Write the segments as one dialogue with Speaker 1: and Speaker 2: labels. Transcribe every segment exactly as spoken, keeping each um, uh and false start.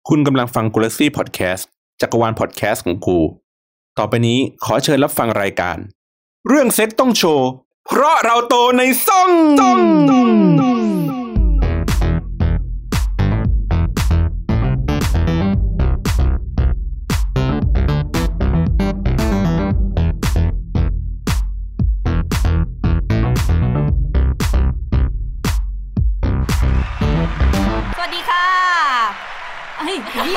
Speaker 1: คุณกำลังฟัง Galaxy Podcast จักรวาลพอดแคสต์ของกูต่อไปนี้ขอเชิญรับฟังรายการเรื่องเซ็กต้องโชว์เพราะเราโตในซ่อง
Speaker 2: สวัสดีค่ะไอ้พี่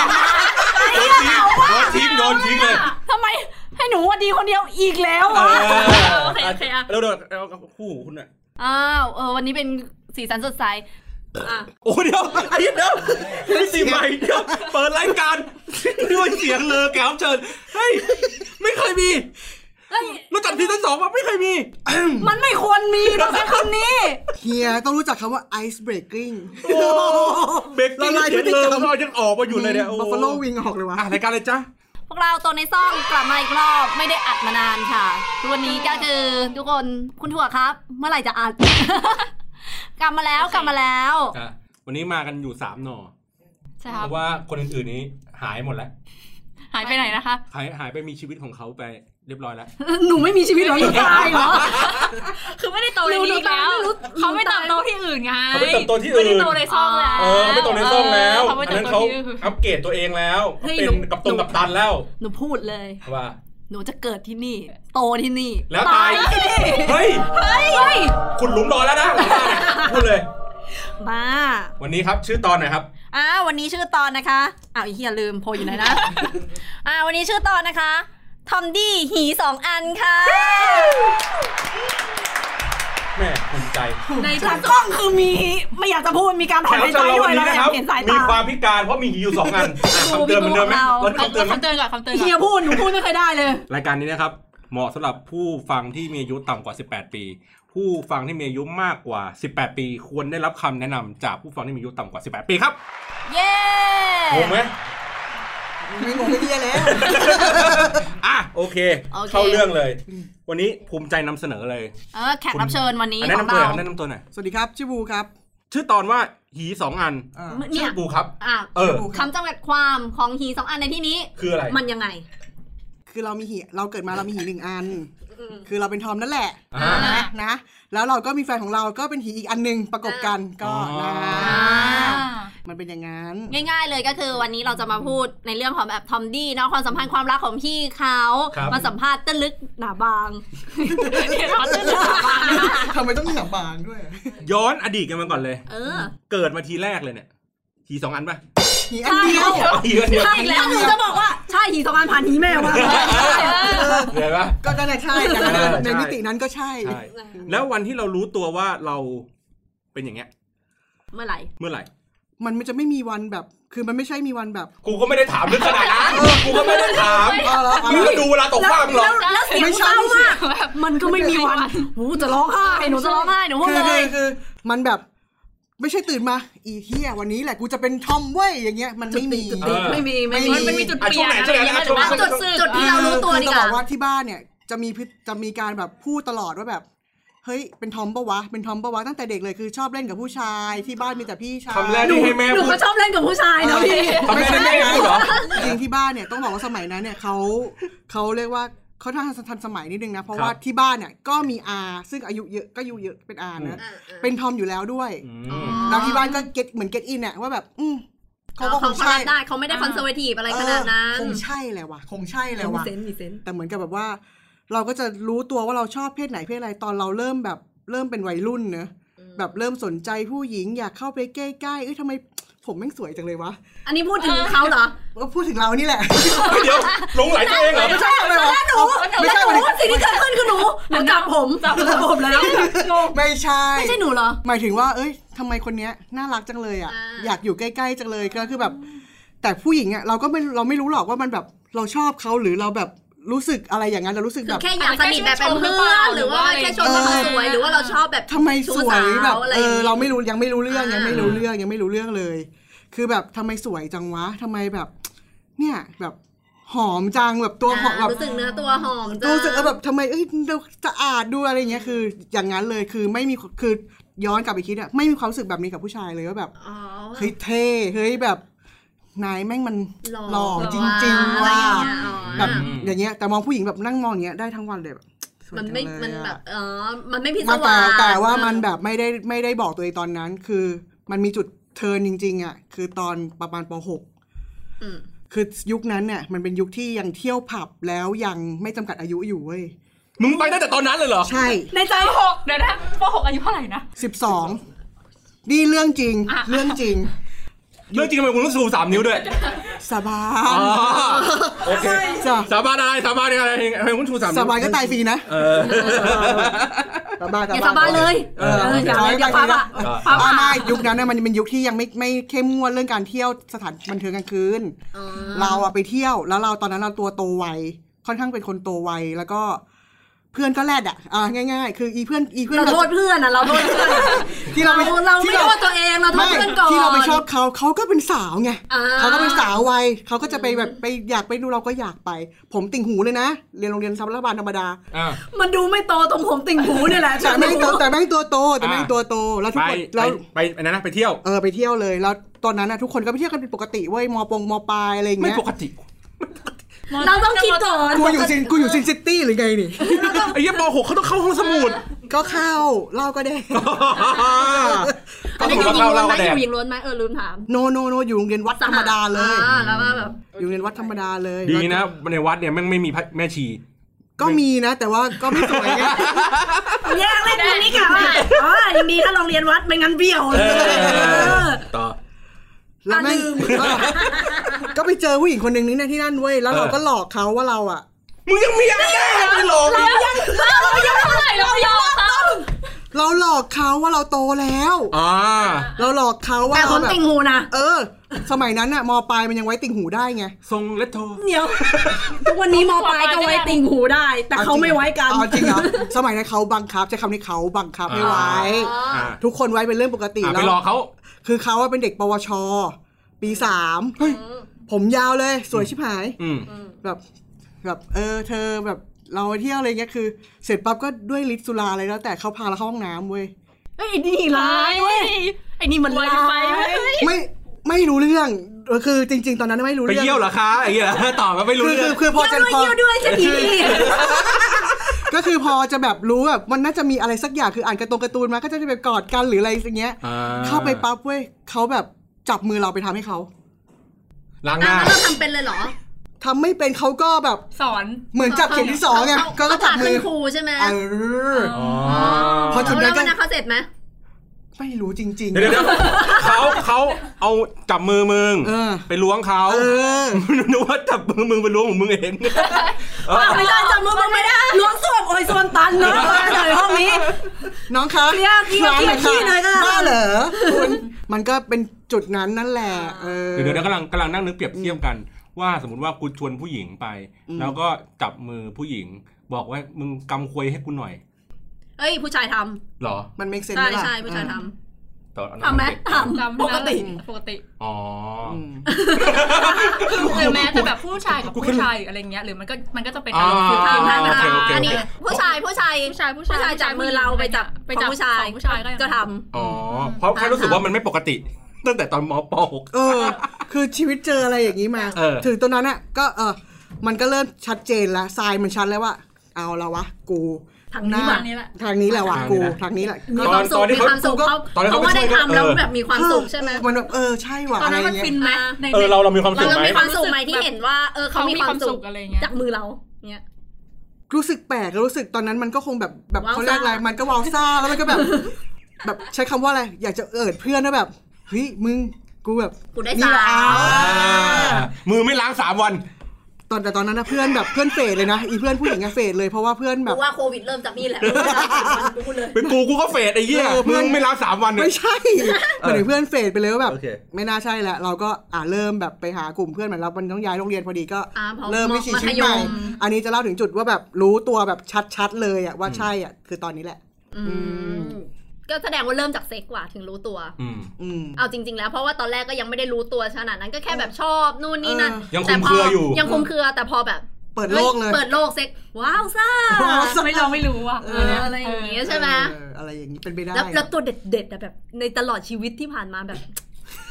Speaker 1: โดนทิ้งโดนทิ้งเลย
Speaker 2: ทำไมให้หนูวันดีคนเดียวอีกแล้วอ่ะโอเคโอเคอ่ะ
Speaker 1: แล้วเดี๋ยวคู่คุณอ่ะ
Speaker 2: อ้าวเออวันนี้เป็นสีสันสดใสอ่ะ
Speaker 1: โอ้เดี๋ยวไอ้เดี๋ยวไม่สีใหม่เดี๋ยวเปิดรายการด้วยเสียงเลอแก้วเชิญเฮ้ยไม่เคยมีรู้จักซีซั่นสองป่ะไม่เคยมี
Speaker 2: มันไม่ควรมีต้องใช้คำนี้
Speaker 3: เฮียต้องรู้จักคำว่า ice breaking
Speaker 1: โอ้เบรกกิ้งเสียงเลอก็ยังออกมาอยู่เลยเนี่ย
Speaker 3: Buffalo Wing ออกเลยวะ
Speaker 1: รายการเลยจ้ะ
Speaker 2: พวกเราตัวในซ่องกลับมาอีกรอบไม่ได้อัดมานานค่ะทุกวันนี้ก็คือทุกคนคุณถั่วครับเมื่อไหร่จะอัด กลับมาแล้วกลับมาแล้ว
Speaker 1: วันนี้มากันอยู่สามหน่อเพราะว่าคนอื่นๆนี้หายหมดแล้ว
Speaker 2: หายไปไหนนะคะ
Speaker 1: หายหายไปมีชีวิตของเขาไปเรียบร้อยแล้ว
Speaker 2: หนูไม่มีชีวิตหรอหนูตายเหรอ
Speaker 4: คือไม่ได้โตในนี้แล้วเขาไม่เติบโตที่อื่นไง
Speaker 1: เขาไม่เติบโตที่อื่น
Speaker 4: ไม่ได้โตในซ่องแล้ว
Speaker 1: เออไม่โตในซ่องแล้วอันนั้นเขาอัปเกรดตัวเองแล้วเป็นกัปตันกัปตันแล้ว
Speaker 2: หนูพูดเลย
Speaker 1: ว่า
Speaker 2: หนูจะเกิดที่นี่โตที่นี่
Speaker 1: แล้วตายที่นี่เฮ้ย
Speaker 2: เฮ้ย
Speaker 1: คุณหลุมนอนแล้วนะพูดเลย
Speaker 2: มา
Speaker 1: วันนี้ครับชื่อตอนไหนครับ
Speaker 2: อ้าววันนี้ชื่อตอนนะคะอ้าวอีเหี้ยลืมโพอยู่ไหนนะอ่าวันนี้ชื่อตอนนะคะทอมดี้หีสองอันค่ะ
Speaker 1: แม่ภูมิใจ
Speaker 2: ในทางกล้องคือมีไม่อยากจะพูดมีการถอนหายใจด้วยแล้วเห็นสายตา
Speaker 1: มีความพิการเพราะมีหีอยู่สองอันคำเตือนเหมือนเดิมไหม
Speaker 4: คำเตือนคำเตือนก่อนคำเตือน
Speaker 2: เฮียพูดหนูพูดไม่เคยได้เลย
Speaker 1: รายการนี้นะครับเหมาะสำหรับผู้ฟังที่มีอายุต่ำกว่าสิบแปดปีผู้ฟังที่มีอายุมากกว่าสิบแปดปีควรได้รับคำแนะนำจากผู้ฟังที่มีอายุต่ำกว่าสิบแปดปีครับ
Speaker 2: เย้
Speaker 1: งงไหม
Speaker 3: ไม่งงไม่เดียแล้ว
Speaker 1: อ่ะโอเคเข้าเรื่องเลยวันนี้ภูมิใจนำเสนอเลย
Speaker 2: เออแขกรับเชิญวันนี้
Speaker 1: แนะนำตัวแนะนำตัวหน่อย
Speaker 3: สวัสดีครับชื่อบูครับ
Speaker 1: ชื่อตอนว่าหีสองอันชื่อบูครับ
Speaker 2: เออคำจำกัดความของหีสองอันในที่นี้
Speaker 1: คืออะไร
Speaker 2: มันยังไง
Speaker 3: คือเรามีหีเราเกิดมาเรามีหีหนึ่งอันคือเราเป็นทอมนั่นแหละนะนะแล้วเราก็มีแฟนของเราก็เป็นหีอีกอันนึงประกบกันก็นะมันเป็นอย่างนั้น
Speaker 2: ง่ายๆเลยก็คือวันนี้เราจะมาพูดในเรื่องของแบบทอมดี้เนาะความสัมพันธ์ความรักของพี่เขามาสัมภาษณ์ตื้นลึกหนาบาง
Speaker 3: ทำไมต้องหนาบางด้วย
Speaker 1: ย้อนอดีตกันมาก่อนเลยเออเกิดมาทีแรกเลยเนี่ยหีสองอันป่ะ
Speaker 3: หีอันเดียว
Speaker 2: ใช่แล้วหนูจะบอกว่าใช่หีสองอันผ่านหีแม่ว่า
Speaker 1: เห็นป่ะ
Speaker 3: ก็นั่นแหละใช่ในมิตินั้นก็ใช่
Speaker 1: แล้ววันที่เรารู้ตัวว่าเราเป็นอย่างเงี้ย
Speaker 2: เมื่อไหร่
Speaker 1: เมื่อไหร่
Speaker 3: มันจะไม่มีวันแบบคือมันไม่ใช่มีวันแบบ
Speaker 1: กูก็ไม่ได้ถามลึกขนาดนั้นกูก็ไม่ได้ถามมึงก็ดูเวลาตกฟ้ามึงหรอก
Speaker 2: แล้วเสียงเศร้ามากมันก็ไม่มีวันหนูจะร้องไห้หนูจะร้องไห้หนูพูดเลย
Speaker 3: คือมันแบบไม่ใช่ตื่นมาอีเหี้ยวันนี้แหละกูจะเป็นทอมเว้ยอย่างเงี้ยมันไม่มี
Speaker 2: ไม่มีไม่มี
Speaker 4: มันมีจุดเปลี่ยนอะไรอย่างเงี้ย
Speaker 2: จุดจุดที่เรารู้ตัวดีกว่า
Speaker 3: จะบอกว่าที่บ้านเนี่ยจะมีจะมีการแบบพูดตลอดว่าแบบเฮ้ยเป็นทอมปะวะเป็นทอมปะวะตั้งแต่เด็กเลยคือชอบเล่นกับผู้ชายที่บ้านมีแต่พี่ชาย
Speaker 1: คำแรกที่ให้แม่
Speaker 2: พูดหนูก็ชอบเล่นกับผู้ชายนะพี่
Speaker 1: ไม่ใช่แม่พูดเหรอ
Speaker 3: จริงที่บ้านเนี่ยต้องบอกว่าสมัยนั้นเนี่ยเขาเขาเรียกว่าเขาทันทันสมัยนิดนึงนะเพราะว่าที่บ้านเนี่ยก็มีอาซึ่งอายุเยอะก็อายุเยอะเป็นอานะเป็นทอมอยู่แล้วด้วยแล้วที่บ้านก็เก็ตเหมือนเก็ตอินเนี่ยว่าแบบอืม
Speaker 2: เขาก็คงใช่ได้เขาไม่ได้คอนเซอร์เวทีฟอะไรขนาดนั้น
Speaker 3: คงใช่แหละว่ะคงใช่แหละว่ะ
Speaker 2: มีเซนส์มีเซนส์
Speaker 3: แต่เหมือนกับแบบว่าเราก็จะรู้ตัวว่าเราชอบเพศไหนเพศอะไรตอนเราเริ่มแบบเริ่มเป็นวัยรุ่นเนอะแบบเริ่มสนใจผู้หญิงอยากเข้าไปใกล้ๆเอ้ยทำไมผมแม่งสวยจังเลยวะ
Speaker 2: อันนี้พูดถึงเขาเหรอ
Speaker 3: ก็พูดถึงเรานี่แหละ
Speaker 1: เดี๋ยวหลงไหลตัวเองเหรอ
Speaker 3: ไม่ใช่อะไรวะ
Speaker 2: ไม่ใช่สิ่งที่เกิดขึ้นคือหนูหนูจับผมจับผมแล้ว
Speaker 3: ไม่ใช่
Speaker 2: ไม่ใช่หนูเหรอ
Speaker 3: หมายถึงว่าเอ้ยทำไมคนนี้น่ารักจังเลยอ่ะอยากอยู่ใกล้ๆจังเลยก็คือแบบแต่ผู้หญิงอ่ะเราก็ไม่เราไม่รู้หรอกว่ามันแบบเราชอบเขาหรือเราแบบรู้สึกอะไรอย่างนั้นเรารู้สึกแบบ
Speaker 2: แค่อยากสนิทแบบเป็นเพื่อนหรือว่าแค่ชมว่าเขาสวยหรือว่าเราชอบแบบ
Speaker 3: ทำไมสวยแบบเออเราไม่รู้ยังไม่รู้เรื่องยังไม่รู้เรื่องยังไม่รู้เรื่องเลยคือแบบทำไมสวยจังวะทำไมแบบเนี่ยแบบหอมจังแบบตัวหอมแบบ
Speaker 2: รู้สึกเนื้อตัวหอมจั
Speaker 3: งรู้สึกแบบทำไมเอ้ยเราสะอาดดูอะไรเงี้ยคืออย่างนั้นเลยคือไม่มีคือย้อนกลับไปคิดอะไม่มีความรู้สึกแบบนี้กับผู้ชายเลยว่าแบบเฮ้ยเท่เฮ้ยแบบนายแม่งมัน
Speaker 2: หล่อ
Speaker 3: หล่อจริงๆ
Speaker 2: อะไร
Speaker 3: ว่า
Speaker 2: อย่างเงี้ยอ๋อ
Speaker 3: แบบอย่างเงี้ยแต่มองผู้หญิงแบบนั่งมองอย่างเงี้ยได้ทั้งวันเลยแบบสวย
Speaker 2: มันไม่
Speaker 3: จังเลย
Speaker 2: มัน
Speaker 3: อะ
Speaker 2: แบบอ๋อมันไม่พิศ
Speaker 3: มาแต่
Speaker 2: วาส
Speaker 3: แต่ว่ามันแบบไม่ได้ไม่ได้บอกตัวเองตอนนั้น คือมันมีจุดเทิร์นจริงๆอ่ะคือตอนประมาณป.หก
Speaker 2: อืม
Speaker 3: คือยุคนั้นเนี่ยมันเป็นยุคที่ยังเที่ยวผับแล้วยังไม่จำกัดอายุอยู่เว้ย
Speaker 1: มึงไปตั้งแต่ตอนนั้นเลยเหรอ
Speaker 3: ใช่
Speaker 2: ในใจ
Speaker 4: ป.หกเดี๋ยวนะป.หกอายุเท่าไหร่นะ
Speaker 3: สิบสองนี่เรื่องจริง
Speaker 4: อ่ะ
Speaker 3: เรื่องจริง
Speaker 1: เรื่องจริงทำไมคุณต้องชูสามนิ้วด้วย
Speaker 3: สบา
Speaker 1: อ๋
Speaker 3: ย
Speaker 1: อโอเค
Speaker 3: จ้ะ
Speaker 1: สาบานอะไรสาบานอะไรทำไมคุณชูสามนิ้ว
Speaker 3: สบายก็ตายฟรีนะ
Speaker 1: เออ
Speaker 3: สบาย
Speaker 2: อย่าสาบานเลย
Speaker 3: เออ
Speaker 2: เอออย่า
Speaker 3: สบาย
Speaker 2: อ
Speaker 3: ก็
Speaker 2: ย่า
Speaker 3: ตายฟ
Speaker 2: พั
Speaker 3: รี
Speaker 2: บ
Speaker 3: นะ
Speaker 2: อ่ะ
Speaker 1: อ่า
Speaker 3: อ่าไม่ยุคนั้นน่ะมันเป็นยุคที่ยังไม่ไม่เข้มงวดเรื่องการเที่ยวสถานบันเทิงกลางคืน
Speaker 2: อ๋อ
Speaker 3: เราอะไปเที่ยวแล้วเราตอนนั้นเราตัวโตไวค่อนข้างเป็นคนโตไวแล้วก็เพื่อนก็แรดอะอ่าง่ายๆ คืออีเพื่อนอีเพื่อน
Speaker 2: เราโทษเพื่อนอ่ะเราโทษเพื่อน
Speaker 3: ที่เราไป
Speaker 2: เรา
Speaker 3: ที่
Speaker 2: ไม่โทษตัวเองเราโทษ
Speaker 3: ไม่
Speaker 2: เพื่อนก่อน
Speaker 3: ที่เราไปชอบเขาเขาก็เป็นสาวไง
Speaker 2: อ่า
Speaker 3: เขาก็เป็นสาววัยเขาก็จะไปแบบไปอยากไปดูเราก็อยากไป ผมติ่งหูเลยนะเรียนโรงเรียนรัฐบาลธรรมดา
Speaker 1: อ่ะ
Speaker 2: มันดูไม่โตตรงผมติ่งหูนี่แหละ
Speaker 3: แต่แม่งตัวแต่แม่งตัวโตแต่แม่งตัวโตแล้วทุก
Speaker 1: ไป
Speaker 3: คน
Speaker 1: ไป
Speaker 3: แล้ว
Speaker 1: ไปอันนั้นนะไปเที่ยว
Speaker 3: เออไปเที่ยวเลยแล้วตอนนั้นนะทุกคนก็ไปเที่ยวกันเป็นปกติเว้ยมอปงมอปลายอะไรอย่าง
Speaker 1: ไม่
Speaker 3: เงี้ย
Speaker 1: ปกติ
Speaker 2: เราต้องคิดก่อน
Speaker 3: กูอยู่ซินกูอยู่ซินซิตี้หรือไงนี่
Speaker 1: ไอ้เหี้ยป หกเขาต้องเข้าห้องสมุด
Speaker 3: ก็เข้าเล่าก็ได้
Speaker 2: อันนี้อยู่ยิงล้วนไหมอยู่ยิงล้วนไหมเออลืมถาม
Speaker 3: โนโนโนอยู่โรงเรียนวัดธรรมดาเลย
Speaker 2: อ่าแล้วก็แบบ
Speaker 3: อยู่โรงเรียนวัดธรรมดาเลย
Speaker 1: ดีนะในวัดเนี่ยแม่งไม่มีแม่ชี
Speaker 3: ก็มีนะ แต่ว่าก็ไม่สวยไง
Speaker 2: แยกเล่นตรงนี้ค่ะว่าอ๋อยังดีถ้าโรงเรียนวัดไม่งั้นเบี้ยวเลย
Speaker 1: ต่อ
Speaker 3: แล้วแม่งก็ก็ไปเจอผู้หญิงคนหนึ่งนี่นะที่นั่นเว้ยแล้วเรา
Speaker 1: เออ
Speaker 3: ก็หลอกเขาว่าเราอ่ะ
Speaker 1: มึงยังมีอะไรไม่หลอก
Speaker 4: เรายังเรายังเท่าไหร่เรายอมเขา
Speaker 3: เราหลอกเขาว่าเราโตแล้ว
Speaker 1: อ่า
Speaker 3: เราหลอกเขาว่า
Speaker 2: แต่
Speaker 3: เรา
Speaker 2: คน
Speaker 3: แบบ
Speaker 2: ติ่งหูนะ
Speaker 3: เออ สมัยนั้นน่ะมปลายมันยังไว้ติ่งหูได้ไง
Speaker 1: ทรงเลตโท
Speaker 2: เดี๋ยวทุกวันนี้มปลายก็ไว้ติ่งหูได้ แต่เขาไม่ไว้กัน
Speaker 3: อ๋อจริงเหรอสมัยนั้นเขาบังคับใช้คำนี้เขาบังคับให้ไว้
Speaker 1: อ่า
Speaker 3: ทุกคนไว้เป็นเรื่องปกติ
Speaker 1: อ่ะ
Speaker 3: แล้
Speaker 1: ไป
Speaker 3: ว
Speaker 1: รอเขา
Speaker 3: คือเขาว่าเป็นเด็กปวช ปีสามเฮ้ยผมยาวเลยสวยชิบหาย
Speaker 1: อืม
Speaker 3: แบบแบบเออเธอแบบเราไปเที่ยวอะไรเงี้ยคือ เสร็จปั๊บก็ด้วยฤทธิ์สุราอะไรแล้วแต่เขาพาเราเข้าห้องน้ำเว้ย
Speaker 2: เฮ้ยนี่ร้ายเว้ยไอ้นี่มัน
Speaker 4: ไว
Speaker 2: ร้า
Speaker 4: ไฟ
Speaker 2: ย
Speaker 4: เว้ย
Speaker 3: ไม่ไม่รู้เรื่องเออคือจริง ๆ ตอนนั้นไม่รู้
Speaker 1: ไป
Speaker 3: เรื่อง
Speaker 1: เยี่ยวเหรอคะไอ้เหี้ยตอบก็ไม่รู้
Speaker 3: คือ
Speaker 1: เรื่
Speaker 3: คือ อง คือพอจะ
Speaker 2: ด้วย
Speaker 3: พอ
Speaker 2: เยี่ยวด้วยจะดี
Speaker 3: ก็คือพอจะแบบรู้แบบมันน่าจะมีอะไรสักอย่างคืออ่านการ์ตูนการ์ตูนมาก็จะไปกอดกันหรืออะไรอย่างเงี้ย
Speaker 1: อ่
Speaker 3: เข้าไปปั๊บเว้ยเขาแบบจับมือเราไปทำให้เขา
Speaker 1: ล้างห
Speaker 2: อ่ะ
Speaker 1: น้า
Speaker 2: แล้วเราทำเป็นเลยเหรอ
Speaker 3: ทำไม่เป็นเขาก็แบบ
Speaker 4: สอน
Speaker 3: เหมือนจับเข็มที่สองไงก็ก็จับมือ
Speaker 2: เขาพาขึ้นครูใช่ไหม
Speaker 3: เออ
Speaker 1: อ๋อ
Speaker 3: พอจุด
Speaker 2: แล้ว
Speaker 3: นั้นก็
Speaker 2: วันนั้นเขาเสร็จไหม
Speaker 3: ไม่รู้จริงๆ
Speaker 1: เดี๋ยวเดี๋ยวเขาเขาเอาจับมือมึง
Speaker 3: เออ
Speaker 1: ไปล้วงเขา
Speaker 3: เออ
Speaker 1: นึกว่าจับมือมึงไปล้วงของมึงเองเออ
Speaker 2: ไม่ได้จับมือมึงไม่ได้ล้วงส้วมโอยส้วมตันเนาะในห้องนี้
Speaker 3: น้องคะ
Speaker 2: เคลียร์เคลียร์เคลียร์ขี้เลยค่ะ
Speaker 3: บ้าเหรอคุณมันก็เป็นจุดนั้นนั่นแหละเออ
Speaker 1: เดี๋ยวเดี๋ยวกำลังกำลังนั่งนึกเปรียบเทียบกัน ว่าสมมติว่ากูชวนผู้หญิงไป
Speaker 3: อืม
Speaker 1: แล้วก็จับมือผู้หญิง บอกว่ามึงกำควยให้กูหน่อย
Speaker 2: เอ้ยผู้ชายท
Speaker 1: เหรอ
Speaker 3: มัน make
Speaker 2: ำ
Speaker 3: sense
Speaker 2: ใช่
Speaker 3: ไหมล่ะ
Speaker 2: ใช่ผู้ชายท
Speaker 1: ตอนนั้น
Speaker 2: ำทำไหม
Speaker 1: เด็ก
Speaker 2: ทำ
Speaker 4: จำ
Speaker 2: ปกติ
Speaker 4: ปกติ
Speaker 1: อ๋อ
Speaker 3: อืม
Speaker 4: คือแม้แต่แบบผู้ชายกับผู้ชายหรืออะไรเงี้ยหรือมันก็มันก็จะเป็นอารมณ์
Speaker 1: อ่า
Speaker 4: ฟิล
Speaker 2: ทำ
Speaker 4: ทาง
Speaker 2: ทำ
Speaker 1: โอเคโอเค
Speaker 2: ทำอันนี้ผู้ชายผู้ชาย
Speaker 4: ผู้ชายผู้ชาย
Speaker 2: ผู้ชายจับมือเราไปจับ
Speaker 4: ไปจับ
Speaker 2: ของผู้ชาย
Speaker 4: ของผู้ชายก็ยัง
Speaker 2: ก็ท
Speaker 1: อ๋อ เพราะแค่รู้สึกว่ามันไม่ปกติ ตั้งแต่ตอนมป .หก
Speaker 3: เออ คือชีวิตเจออะไรอย่างนี้มา
Speaker 1: เออ
Speaker 3: ถึงตอนนั้นอ่ะก็เออมันก็เริ่มชัดเจนแล้วทรายมันชัดแล้วว่า เอาละวะกู
Speaker 2: ำทางนี้
Speaker 3: ห
Speaker 2: มา
Speaker 4: ทางนี้แหละ
Speaker 3: ทางนี้แหละวะกูทางนี้แหละ
Speaker 2: มีความสุข
Speaker 1: ตอนที่
Speaker 2: มี
Speaker 1: เขา
Speaker 2: ความสุขเขา
Speaker 1: ตอนที่
Speaker 2: เพ
Speaker 1: เขา
Speaker 2: ราะว่าได้
Speaker 1: ไปช่วย
Speaker 2: ทำแล้ว
Speaker 1: เออ
Speaker 2: แบบมีความสุขใช่ไหม
Speaker 3: มันแบบเออใช่ว่ะ
Speaker 4: ตอนนั้น
Speaker 3: อะไร
Speaker 4: มัน
Speaker 3: เงี้ย
Speaker 4: ฟินไหมใน
Speaker 1: เออเราเรามีความสุข
Speaker 2: เรา
Speaker 1: ไหม
Speaker 2: มีความสุขไหมที่เห็นว่า เออเขามีความสุข
Speaker 4: อะไรเงี้ย
Speaker 2: จากมือเราเนี่ย
Speaker 3: รู้สึกแปลกรู้สึกตอนนั้นมันก็คงแบบแบบ
Speaker 2: ว้าว
Speaker 3: เขาเรียกอะไร
Speaker 2: ซ่ามั
Speaker 3: มันก็วาวซ่าแล้วมันก็แบบ แบบใช้คำว่าอะไรอยากจะเอิดเพื่อนนะแบบเฮ้ยมึงกูแบบ
Speaker 2: กูได้
Speaker 3: นี่
Speaker 2: สา
Speaker 3: แหละอ้าว
Speaker 1: มือไม่ล้างสามวัน
Speaker 3: ตอนแต่ตอนนั้นนะเพื่อนแบบเพื่อนเฟดเลยนะอีเพื่อนผู้หญิงอะเฟดเลยเพราะว่าเพื่อนแบ
Speaker 2: กู
Speaker 3: บ
Speaker 2: ว่าโควิดเริ่มจากนี่แหละกูพูดเลย
Speaker 1: เป็นกูกูก็เฟดไอ้เหี้ย
Speaker 3: เออเพื่
Speaker 1: มึ
Speaker 3: อน
Speaker 1: งไม่ล้างสามวันเนี่ย
Speaker 3: ไม่ใช่เหมือนเพื่อนเฟดไปเลยว่าแบบ
Speaker 1: โอเค
Speaker 3: ไม่น่าใช่แหละเราก็อ่าเริ่มแบบไปหากลุ่มเพื่อนเหมือนเรามันต้องย้ายโรงเรียนพอดีก็
Speaker 2: อ่าพอ
Speaker 3: เริ่มวิถีชีวิต
Speaker 2: มัธย
Speaker 3: ใหม่
Speaker 2: ม
Speaker 3: อันนี้จะเล่าถึงจุดว่าแบบรู้ตัวแบบชัดๆเลยอะว่าใช่อะคือตอนนี้แหละ
Speaker 2: อืมก็แสดงว่าเริ่มจากเซ็กกว่าถึงรู้ตัว
Speaker 1: อืม
Speaker 3: อืม
Speaker 2: เอาจริงๆแล้วเพราะว่าตอนแรกก็ยังไม่ได้รู้ตัวขนาดนั้นก็แค่แบบชอบนู่นนี่นั่น
Speaker 3: เออ
Speaker 1: ยัง
Speaker 2: แต่
Speaker 1: คุมเครืออยู่
Speaker 2: ยังคุมเครือแต่พอแบบ
Speaker 3: เปิดโลกเลย
Speaker 2: เปิดโลกเซ็กว้าวซ่า
Speaker 3: ว้าวซ่า
Speaker 4: ไม่เราไม่รู้อ่ะ
Speaker 2: เอออะไรอย่างเงี้ยใช่ไหม
Speaker 3: เอออะไรอย่างนี้เป็นไปได้
Speaker 2: แล้วแล้วตัวเด็ดๆอะแบบในตลอดชีวิตที่ผ่านมาแบบ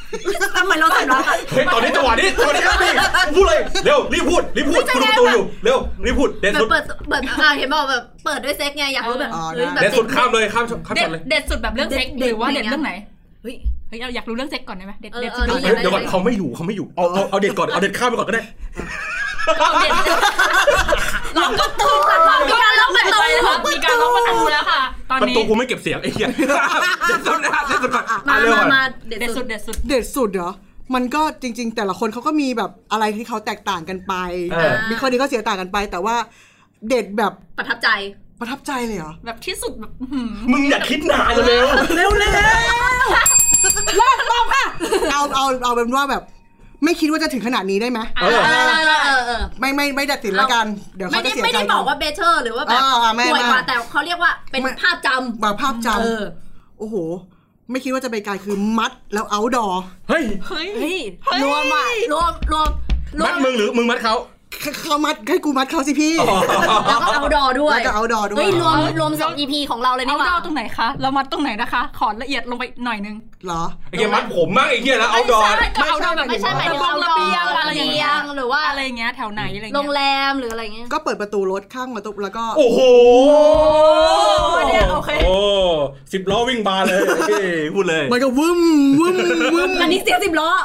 Speaker 2: ทำไมเราใส่ร้องอ่ะ
Speaker 1: เฮ้ยตอนนี้จังหวะนี้ตอนนี้นี่พูดเลยเร็วรีบพูดรีบพูดคุณดูประตูอยู่เร็วรีบพูดเด็ดสุด
Speaker 2: เปิดเปิดอ่าเห็นบอกแบบเปิดด้วยเซ็กไงอยากรู้แบบเฮ้ยแบบ
Speaker 1: เด็ดสุดข้ามเลยข้ามข้าม
Speaker 4: เด็
Speaker 1: ช็
Speaker 4: ด
Speaker 1: อตเลย
Speaker 4: เด็ดสุดแบบเรื่องเซ็กหรือว่าเด็ดเรื่องไหน
Speaker 2: เฮ้ย
Speaker 4: เฮ้ยเราอยากรู้เรื่องเซ็กก่อนได้ไหมเด็ด
Speaker 2: เออ
Speaker 4: เด็ด
Speaker 2: เอ
Speaker 4: สุ
Speaker 2: อ
Speaker 4: ด
Speaker 2: นี่
Speaker 1: เดี๋ยวก่อนเขาไม่อยู่เขาไม่อยู่เอาเอาเอาเด็ดก่อนเอาเด็ดข้ามไปก่อนก็ได้
Speaker 4: เราเด็ดหลังก็ตื่นหลังมีการล็อกประตูแล้วมีการล็อกประตูแล้วค่ะตอน
Speaker 1: ประ
Speaker 4: นี้
Speaker 1: ตูกูไม่เก็บเสียงไอ้เหี้ยเด็ดสุดนะเด็ดสุดก่อน
Speaker 2: มา
Speaker 1: เร็ว
Speaker 2: มา
Speaker 1: ก่อน
Speaker 2: มาเด็
Speaker 4: เด็
Speaker 2: ด
Speaker 4: ด
Speaker 2: สุ
Speaker 4: สุ
Speaker 2: ด
Speaker 4: ดเด็ดสุด
Speaker 3: เด็ดสุดเหรอมันก็จริง ๆ แต่ละคนเขาก็มีแบบอะไรที่เขาแตกต่างกันไปมีคนนี้ก็เสียต่างกันไปแต่ว่าเด็ดแบบ
Speaker 2: ประทับใจ
Speaker 3: ประทับใจเลยเหรอ
Speaker 4: แบบที่สุดแบบ
Speaker 1: มึงอย่าคิดนานเร็ว
Speaker 3: เร็วเร็วเลิกตอบค่ะเอาเอาเอาเป็นว่าแบบไม่คิดว่าจะถึงขนาดนี้ได้ไหม
Speaker 1: เออ
Speaker 2: เออเออเออ
Speaker 3: ไม่ไม่ไม่ตัดสินละกันเดี๋ยว
Speaker 2: ไม่
Speaker 3: เขา
Speaker 2: ได้
Speaker 3: จะเสีย
Speaker 2: ไม่
Speaker 3: ใจ
Speaker 2: ได้บอกว่าเบเทอร์หรือว่าแบบ
Speaker 3: อ่าไม่
Speaker 2: ป่วยกว่า
Speaker 3: ไม่
Speaker 2: แต่เขาเรียกว่าเป็นภาพจำ
Speaker 3: แบบภาพจ
Speaker 2: เออ
Speaker 3: ำโอ้โห ไม่คิดว่าจะไปไกลคือมัดแล้วเอาดอ
Speaker 1: เฮ้ย
Speaker 4: เฮ้ย
Speaker 2: เฮ้ยรวมอ่ะรวมรวมรว
Speaker 1: มัดมึงหรือมึงมัดเขา
Speaker 3: เขามัดให้กูมัดเขาสิพี่
Speaker 2: แล้วก็เอาดอด้วย
Speaker 3: แล้วก็เอาดอด้วย
Speaker 2: เฮ้ยรวมรวมสอง อี พี ของเราเลย
Speaker 4: เอา
Speaker 2: นี่หว่า
Speaker 4: ดาวตรงไหนคะเรามัดตรงไหนนะคะขอละเอียดลงไปหน่อยนึง
Speaker 3: เหรอ
Speaker 1: ไอ้เหี้ยมัดผมมากไอ้เหี้ยแล้วเอาดอ
Speaker 4: ก็เอาดาวแบบ
Speaker 2: ไม่ใช่หมายถึงเอา
Speaker 4: ระ
Speaker 2: ดอ
Speaker 4: เบียง
Speaker 2: ระ
Speaker 4: อะไรอย่าง
Speaker 2: เบี
Speaker 4: เงี้
Speaker 2: ย
Speaker 4: ย
Speaker 2: งหรือว่า
Speaker 4: อะไรเงี้ยแถวไหนอะไร
Speaker 2: โร
Speaker 4: เงี้
Speaker 2: ง
Speaker 4: ย
Speaker 2: แรมหรืออะไรเงี้ย
Speaker 3: ก็เปิดประตูรถข้างประตูแล้วก็
Speaker 1: โอ้โห
Speaker 4: เนี่ยโอเค
Speaker 1: โอ้สิบล้อวิ่งบานเลยพูดเลย
Speaker 3: มันก็วึ้มวึ้มวึ้ม
Speaker 2: อันนี้เสียงสิบล้อ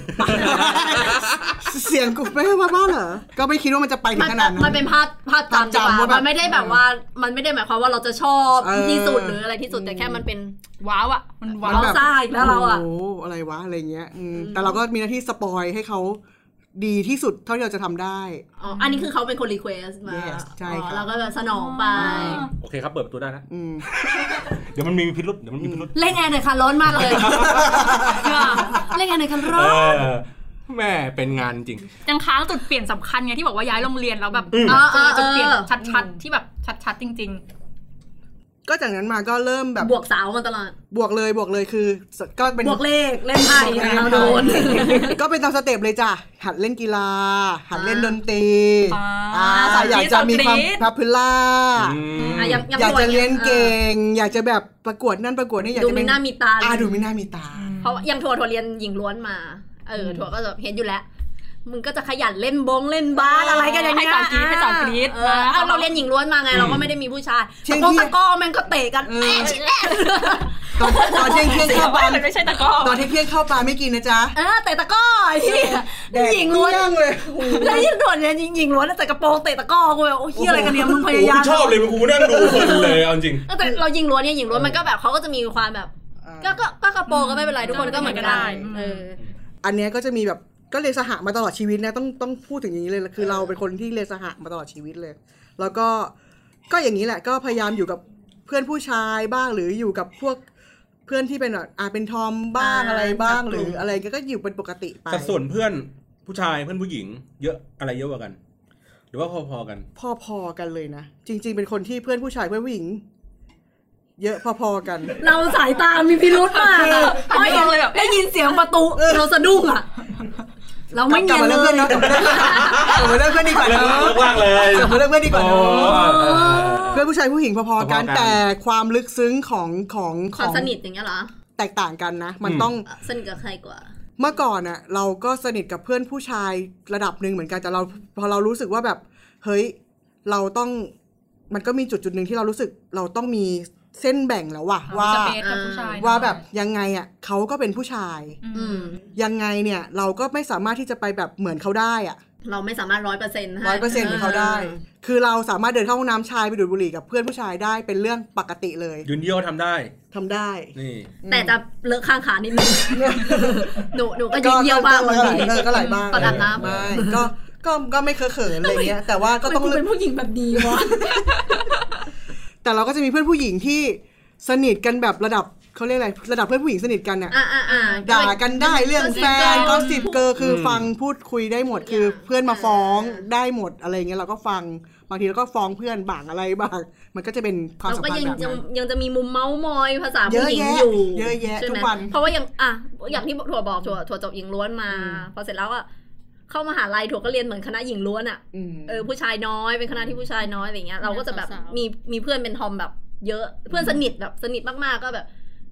Speaker 3: เสียงกูไม่ว่าบ้าเหรอก็ไม่คิดว่ามันจะไปถึ
Speaker 2: มัน
Speaker 3: งขนาดนั้น
Speaker 2: มันเป็นภาพภาพจำดีกว่า
Speaker 3: ภาพจำว่าแบบ
Speaker 2: มันไม่ได้แบบว่ามันไม่ได้หมายความว่าเราจะชอบ
Speaker 3: เออ
Speaker 2: ที่สุดหรืออะไรที่สุดแต่แค่มันเป็น
Speaker 4: ว้าวอ่ะมันว้า
Speaker 3: มั
Speaker 4: วน
Speaker 3: แบบ
Speaker 2: ซ่าอีกแล้วเราอะ
Speaker 3: โอ้โหอะไรวะอะไรเงี้ยอืมแต่เราก็มีหน้าที่สปอยให้เขาดีที่สุดเท่าที่เราจะทำได้
Speaker 2: อ๋ออันนี้คือเขาเป็นคนรีเควสมา
Speaker 3: Yes ใช่ครับ
Speaker 2: อ๋อเราก็แบบสนองไป
Speaker 1: โอเคครับเปิดประตูได้นะ
Speaker 3: อืม
Speaker 1: เดี๋ยวมันมีพิรุษเดี๋ยวมันมีพิรุษ
Speaker 2: เล่นแอร์หน่อยค่ะร้อนมากเลยเล่นแอร์หน่อยค่ะร้อน
Speaker 1: เออแม่เป็นงานจริง
Speaker 4: ยังค้างจุดเปลี่ยนสำคัญไงที่บอกว่าย้ายโรงเรียนแล้วแบบ
Speaker 1: อืม
Speaker 4: เจอจุดเปลี่ยนแบบชัดๆที่แบบชัดๆจริง
Speaker 3: ก็จากนั้นมาก็เริ่มแบบ
Speaker 2: บวกสาวมาตลอด
Speaker 3: บวกเลยบวกเลยคือก็เป็น
Speaker 2: บวกเลขเล่นไพ่เราโดน
Speaker 3: ก็เป็นตามสเต็ปเลยจ้ะหัดเล่นกีฬา หัดเล่นดนตรี
Speaker 4: อ่า
Speaker 3: อ่า
Speaker 4: สาวกรี๊ด
Speaker 3: อยากจะมีความ
Speaker 4: สาวกรี๊ด
Speaker 3: พับพิล่า
Speaker 1: อืม
Speaker 2: อ่ะยังยัง
Speaker 3: อยากจะเรียนเก่
Speaker 2: ง
Speaker 3: ง อยากจะแบบประกวดนั่นประกวดนี่อยาก
Speaker 2: ดู
Speaker 3: จะเป็
Speaker 2: มี
Speaker 3: น
Speaker 2: หน้ามีตา
Speaker 3: อ่าดูมีหน้ามีตา
Speaker 2: เพราะยังถั่วถั่วเรียนหญิงล้วนมาเออถั่วก็จะเห็นอยู่แล้วมึงก็จะขยันเล่นบงเล่นบาสอะไรกันอย่างเงี้ย
Speaker 4: ให้สาวกรี๊ดให้สาวกรี๊ด
Speaker 2: เออเอาเราเรียนหญิงล้วนมาไงเราก็ไม่ได้มีผู้ชาย
Speaker 3: เช่น
Speaker 2: ตะ
Speaker 3: ที่
Speaker 2: โกตะก้อแม่งก็เตะกัน
Speaker 3: เออ ตอนตอนเที่ยงเที่ยง
Speaker 4: ๆ
Speaker 3: เข้าปลา
Speaker 4: มันไม่ใช่ตะกร้อ
Speaker 3: ตอนที่เที่ยงเข้าปลาไม่กินนะจ๊ะ
Speaker 2: เออเตะตะก้อไอ้ที่
Speaker 3: แดก
Speaker 2: หญิงล้วน
Speaker 3: เที่ยงเลย
Speaker 2: แล้วยิ่งถั่วเนี่ยหญิงล้วนใส่กระโปรงเตะตะก้อกูแบบโอ้ยเฮียอะไรกันเนี่ยมึงพยายาม
Speaker 1: โอ้โหชอบเลยมึงกูนั่งดูเพลินเลยเอาจริง
Speaker 2: แต่เราหญิงล้วนเนี่ยหญิงล้วนมันก็แบบเขาก็จะมีความแบบก็ก็ก็กระโปรงก็ไม่เป็นไรทุกคนก็เหมือนกันได้เออ
Speaker 3: อันเนี้ยก็จะมีแบบก็เรียนสหมาตลอดชีวิตนะต้องต้องพูดถึงอย่างนี้เลยคือเราเป็นคนที่เรียนสหมาตลอดชีวิตเลย แล้วก็ก็อย่างนี้แหละก็พยายามอยู่กับเพื่อนผู้ชายบ้างหรืออยู่กับพวกเพื่อนที่เป็นแบบอ่าเป็นทอมบ้าง
Speaker 2: อ่า
Speaker 3: อะไรบ้าง
Speaker 2: จับก
Speaker 3: ห
Speaker 2: ลุ่
Speaker 3: รื
Speaker 2: ม
Speaker 3: ออะไรก็อยู่เป็นปกติไป
Speaker 1: สัดส่วนเพื่อนผู้ชายเพื่อนผู้หญิง เยอะอะไรเยอะกว่ากัน หรือว่าพอๆกัน
Speaker 3: พอๆกันเลยนะจริง ๆ เป็นคนที่เพื่อนผู้ชายเพื่อนผู้หญิง เยอะพอๆกัน
Speaker 2: เราสายตามีพิรุธมากอะเพราะอย่างได้ยินเสียงประตูเราสะดุ้งอ่ะเราไม่
Speaker 3: กลั
Speaker 2: เงี
Speaker 3: บ
Speaker 2: ย
Speaker 3: มา
Speaker 2: บ
Speaker 3: เรื่อง
Speaker 2: เล
Speaker 3: เพื่อน
Speaker 2: ย
Speaker 3: เนาะกลับมาเรื่องเพื่อนดีกว่า
Speaker 1: เลิ
Speaker 3: เนาะ
Speaker 1: กว่างเลย
Speaker 3: กลับมาเรื่องเพื่อนดีกว่าเนาะ
Speaker 1: โอ้
Speaker 3: เพื่อนผู้ชายผู้หญิงพอๆกัน
Speaker 1: พอๆกัน
Speaker 3: แต่ความลึกซึ้งของของข
Speaker 2: ความ
Speaker 3: อง
Speaker 2: สนิทอย่างเงี้ยเหรอ
Speaker 3: แตกต่างกันนะ มัน
Speaker 1: อืม
Speaker 3: ต้อง
Speaker 2: สนิทกับใครกว่า
Speaker 3: เมื่อก่อนน่ะเราก็สนิทกับเพื่อนผู้ชายระดับหนึ่งเหมือนกันแต่เราพอเรารู้สึกว่าแบบเฮ้ยเราต้องมันก็มีจุดจุดหนึ่งที่เรารู้สึกเราต้องมีเส้นแบ่งแล้วว่ะว่า
Speaker 4: สเปซกับผู้ชาย
Speaker 3: ว่าแบบยังไงอ่ะเขาก็เป็นผู้ชาย
Speaker 2: อืม
Speaker 3: ยังไงเนี่ยเราก็ไม่สามารถที่จะไปแบบเหมือนเขาได้อ่ะ
Speaker 2: เราไม่สามารถร้อยเปอร์เซ็นต์
Speaker 3: ร้อยเปอร์เซ็นต์เหมือนเขาได้ คือเราสามารถเดินเข้าห้องน้ำชายไปดูดบุหรี่กับเพื่อนผู้ชายได้เป็นเรื่องปกติเลย
Speaker 1: ยืนเยี่ยวทำได้
Speaker 3: ทำได้
Speaker 1: นี่
Speaker 2: แต่จะเลอะข้างขานิดนึงหนูหนูก็ยืนเยี่ยวบ้างบางที
Speaker 3: เออก็ไหลบ้าง
Speaker 2: ตอนอาบน้ำ
Speaker 3: ไม่ก็ก็ก็ไม่เคอะเขินอะไรเงี้ยแต่ว่าก็
Speaker 2: ก็
Speaker 3: ต้
Speaker 2: ต้
Speaker 3: อ
Speaker 2: อง งเป็นผู้หญิงแบบดีวะ
Speaker 3: แต่เราก็จะมีเพื่อนผู้หญิงที่สนิทกันแบบระดับเขาเรียกอะไรระดับเพื่อนผู้หญิงสนิทกันเนี่ย
Speaker 2: อ่าอ่าอ่า
Speaker 3: ด่ากันได้เรื่องแฟนก็สิบเกอร์คือฟังพูดคุยได้หมดคือเพื่อนมาฟ้องได้หมดอะไรเงี้ยเราก็ฟังบางทีเราก็ฟ้องเพื่อนบ้างอะไรบ้างมันก็จะเป็นความ
Speaker 2: เรา
Speaker 3: สัม
Speaker 2: ก็
Speaker 3: พัน
Speaker 2: ยั
Speaker 3: ธ์
Speaker 2: ง
Speaker 3: แบบ
Speaker 2: ยัง
Speaker 3: นั้น
Speaker 2: ยังจะมีมุมเมาส์มอยภาษา
Speaker 3: เย
Speaker 2: ผู้
Speaker 3: อะ
Speaker 2: หญิง
Speaker 3: แยะ
Speaker 2: อยู่
Speaker 3: เยอะแยะ
Speaker 2: ใช่ไหม
Speaker 3: ทุกวัน
Speaker 2: เพราะว่าอย่างอ่ะอย่างที่ถั่วบอกถั่วถั่วจบหญิงล้วนมา พอเสร็จแล้วอ่ะเข้ามหาลัยถั่วก็เรียนเหมือนคณะหญิงล้วนอ่ะ
Speaker 3: อืม
Speaker 2: เออผู้ชายน้อยเป็นคณะที่ผู้ชายน้อยอะไรเงี้ยเราก็จะแบบ
Speaker 4: สาวๆ
Speaker 2: มีมีเพื่อนเป็นทอมแบบ เยอะเพื่อนสนิทแบบสนิทมากๆก็แบบ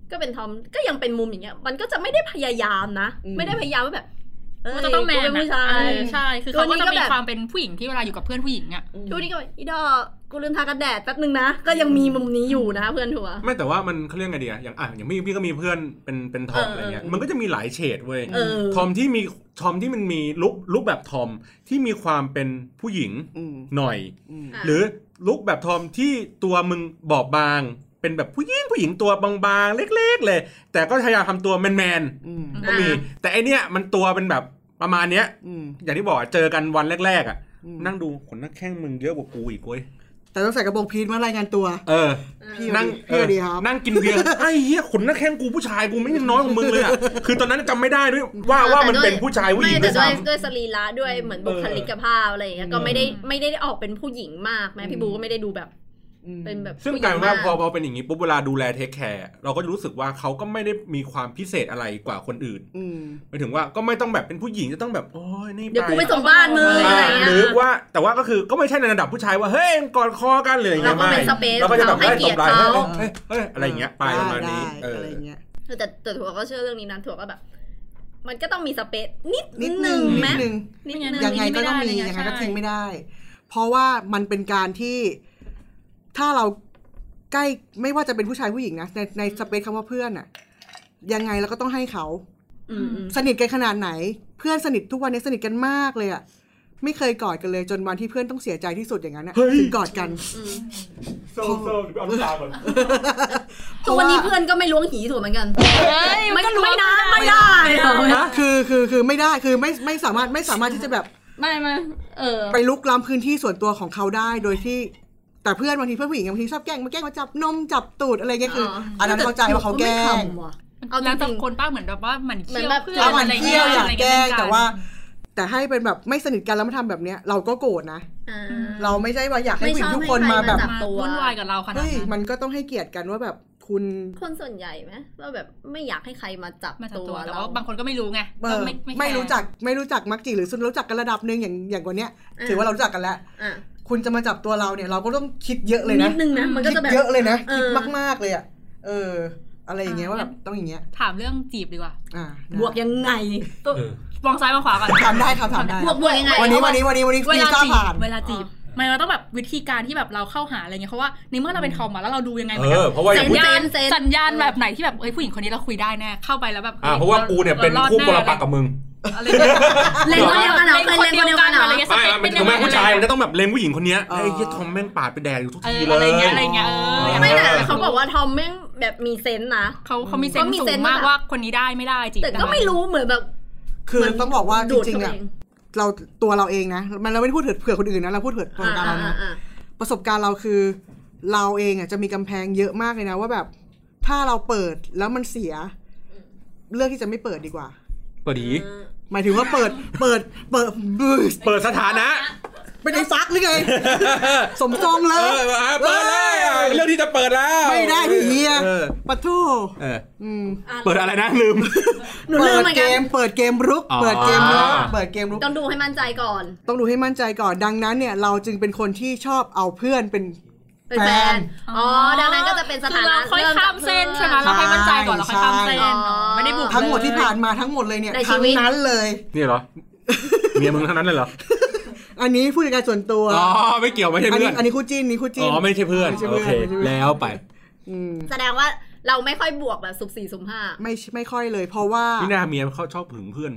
Speaker 2: ก็เป็นทอมก็ยังเป็นมุมอย่างเงี้ยมันก็จะไม่ได้พยายามนะไม่ได้พยายามว่าแบบ
Speaker 4: มันจะต้องแมน
Speaker 2: ผู้ชาย
Speaker 4: ใช่คือเขาก็จะมีความเป็นผู้หญิงที่เวลาอยู่กับเพื่อนผู้หญิงอ่ะ
Speaker 2: ช่วงนี้ก็อีดอกูลืมทากันแดดแป๊บนึงนะก็ยังมีมุมนี้อยู่นะเพื่อนถั่ว
Speaker 1: ไม่แต่ว่ามันเขาเรียกไงดีอะอย่างอ่ะอย่างพี่พี่ก็มีเพื่อนเป็นเป็นทอมอะไรเงี้ยมันก็จะมีหลายเฉดเว้ยทอมที่มีทอมที่มันมีลุคลุคแบบทอมที่มีความเป็นผู้หญิงหน่อยหรือลุคแบบทอมที่ตัวมึงบอบบางเป็นแบบผู้หญิงผู้หญิงตัวบางๆเล็กๆเลยแต่ก็พยายามทำตัวแมนๆก็มีแต่ไอเนี้ยมันตัวเป็นแบบประมาณเนี้ยอย่างที่บอกเจอกันวันแรกๆอ่ะนั่งดูขนหน้าแข้งมึงเยอะกว่ากูอีกเว้ย
Speaker 3: แต่ต้องใส่กระโปรงพีทมารายงานตัว
Speaker 1: เออ
Speaker 3: นั่งเออดีครับ
Speaker 1: นั่งกินเบียร์ไอ้เหี้ยขนหน้าแข้งกูผู้ชายกูไม่ยังน้อยกว่ามึงเลยอ่ะคือตอนนั้นจำไม่ได้ด้วยว่าว่ามันเป็นผู้ชายผู้หญิงด้วยซ้ำ
Speaker 2: ด้วยสรีระด้วยเหมือนบุคลิกภาพอะไรอย่างเงี้ยก็ไม่ได้ไม่ได้ออกเป็นผู้หญิงมากแม้พี่บูก็ไม่ได้ดูแบบเป็นแบบ
Speaker 1: ซึ่งกลายว่าพอพอเป็นอย่างนี้ปุ๊บเวลาดูแลเทคแคร์เราก็รู้สึกว่าเขาก็ไม่ได้มีความพิเศษอะไรกว่าคนอื่นหมายถึงว่าก็ไม่ต้องแบบเป็นผู้หญิงจะต้องแบบโอ้ยนี่
Speaker 2: เดี๋ยวกูไปส่งบ้านมึงอะไรเงี้ย
Speaker 1: หรือว่าแต่ว่าก็คือก็ไม่ใช่ในระดับผู้ชายว่าเฮ้ยกอดคอกันเลยอย่างเงี้ยไม่เราก็จะแบบให้เกียรติเขาเฮ้ยเฮ้ยอะไรเงี้ยไปประมาณนี้เอออะไรเงี้ย
Speaker 2: แต่แต่ถั่วก็เชื่อเรื่องนี้นะถั่วก็แบบมันก็ต้องมีสเปซนิดนิดนึง
Speaker 3: ไหมยังไงก็ต้องมียังไงก็ทิ้งไม่ได้เพราะว่ามันเป็นการที่ถ้าเราใกล้ไม่ว่าจะเป็นผู้ชายผู้หญิงนะในในสเปซคำว่าเพื่อนอะยังไงเราก็ต้องให้เขาสนิทกันขนาดไหนเพื่อนสนิททุกวันนี้สนิทกันมากเลยอะไม่เคยกอดกันเลยจนวันที่เพื่อนต้องเสียใจที่สุดอย่างนั้นอะถึงกอดกัน
Speaker 1: โซ่โซ่เอาลูกตาก่อน
Speaker 2: ทุกวันนี้เพื่อนก็ไม่ล้วงหีถูกเหมือนกันไม่ก็ไม่ได้ไม่ได้
Speaker 3: คือคือคือไม่ได้คือไม่ไม่สามารถไม่สามารถที่จะแบบ
Speaker 2: ไม่ไม่เออ
Speaker 3: ไปลุกล้ำพื้นที่ส่วนตัวของเขาได้โดยที่แต่เพื่อนบางทีเพื่อนผู้หญิงบางทีชอบแกล้งมาแกล้งมาจับนมจับตูดอะไรเงี้ยคืออันนั้นเข้าใจว่าเขาแกล้ง
Speaker 4: เอาแล้วแต่คนป้าเหมือนแบบว่าเหมือนเคี้ยวเพื่อน
Speaker 3: อะไรเงี้ยอยากแกล้งแต่ว่าแต่ให้เป็นแบบไม่สนิทกันแล้วมาทำแบบเนี้ยเราก็โกรธนะเราไม่ใช่ว่าอยากให้ผู้หญิงทุกคนมาแบบ
Speaker 4: วุ่นวายกับเราขนาดนั้น
Speaker 3: มันก็ต้องให้เกียรติกันว่าแบบคุณ
Speaker 2: คนส่วนใหญ่ไหมว่าแบบไม่อยากให้ใครมาจับตัว
Speaker 4: แต่ว่าบางคนก็ไม่รู้ไง
Speaker 3: ไม่รู้จักไม่รู้จักมักจีหรือซุนรู้จักกันระดับนึงอย่างอย่างวันเนี้ยถือว่าเรารู้จักกันแล้วคุณจะมาจับตัวเราเนี่ยเราก็ต้องคิดเยอะเลยนะ
Speaker 2: นิดนึงนะมันก็จะแบบ
Speaker 3: เยอะเลยนะคิดมากๆเลยอ่ะเอออะไรอย่างเงี้ยว่าแบบต้องอย่างเงี้ย
Speaker 4: ถามเรื่องจีบดีกว่า
Speaker 2: บวกยังไง
Speaker 4: มองซ้ายมองขวาก่อน
Speaker 3: ถามได้ครับถามได้
Speaker 2: บวกบวกยังไง
Speaker 3: วันนี้วันนี้วันนี้วันนี้
Speaker 4: เวลาจีบเวลาจีบมันเราต้องแบบวิธีการที่แบบเราเข้าหาอะไรเงี้ยเพราะว่าในเมื่อเราเป็นทอมอะแล้วเราดูยังไงเหมือน
Speaker 1: กับ
Speaker 4: สัญญาณสัญญาณแบบไหนที่แบบเอ้ยผู้หญิงคนนี้เราคุยได้แน่เข้าไปแล้วแบบ
Speaker 1: เพราะว่ากูเนี่ยเป็นคู่ปรปักษ์กับมึง
Speaker 2: เล่นคนเดียวกันเหรอเคยเล่นคนเดียวกันเหรอ
Speaker 1: ไม่เป็นแม่ผู้ชายมันจะต้องแบบเล่นผู้หญิงคนนี้ไอ้ยี่ทอมแม่งปาดไปแดงอยู่ทุกทีเลย
Speaker 4: อะไรเงี้ยอะไรเงี้ย
Speaker 2: ไม่แต่เขาบอกว่าทอมแม่งแบบมีเซนส์นะ
Speaker 4: เขาเขามีเซนส์สูงมากว่าคนนี้ได้ไม่ได้จริง
Speaker 2: แต่ก็ไม่รู้เหมือนแบบ
Speaker 3: คือต้องบอกว่าจริงๆอ่ะเราตัวเราเองนะมันเราไม่ได้พูดเผื่อคนอื่นนะเราพูดเผื่อประสบการณ์เรานะประสบการณ์เราคือเราเองอ่ะจะมีกำแพงเยอะมากเลยนะว่าแบบถ้าเราเปิดแล้วมันเสียเลือกที่จะไม่เปิดดีกว่า
Speaker 1: เปิดดี
Speaker 3: หมายถึงว่าเปิดเปิดเปิด
Speaker 1: เปิดสถานะ
Speaker 3: เป็นไอ้ซักหรือไงสมทรงเลย
Speaker 1: เปิดเลยเรื่องที่จะเปิดแล้ว
Speaker 3: ไม่ได้เฮียปะทู่
Speaker 1: เปิดอะไรนะลืม
Speaker 3: เปิดเกมเปิดเกมรุกเปิดเกมรุกเปิดเกมรุก
Speaker 2: ต้องดูให้มั่นใจก่อน
Speaker 3: ต้องดูให้มั่นใจก่อนดังนั้นเนี่ยเราจึงเป็นคนที่ชอบเอาเพื่อนเป็น
Speaker 2: แฟนอ๋อดังนั้นก็จะเป็นสถานะ
Speaker 4: ค่อยข้ามเส้นใช่ไหมเราให้มั่นใจก่อนเราค่อยข้ามเส้นไม่ได้บุก
Speaker 3: ทั้งหมดที่ผ่านมาทั้งหมดเลยเนี่ยทั้งนั้นเลย
Speaker 1: นี่เหรอเมียมึงทั้งนั้นเลยเหรอ
Speaker 3: อันนี้ผู้จัดการส่วนตัว
Speaker 1: อ๋อไม่เกี่ยวไม่ใช่เพื่อน
Speaker 3: อันนี้คู่จิ้นนี่คู่จิ้น
Speaker 1: อ๋อไม่ใช่เพื่อนโอเคแล้วไป
Speaker 2: แสดงว่าเราไม่ค่อยบวกแบบสุ่มสี่สุ่มห้า
Speaker 3: ไม่ไม่ค่อยเลยเพราะว่า
Speaker 1: พี่นาเมียเขาชอบผึ่งเพื่อน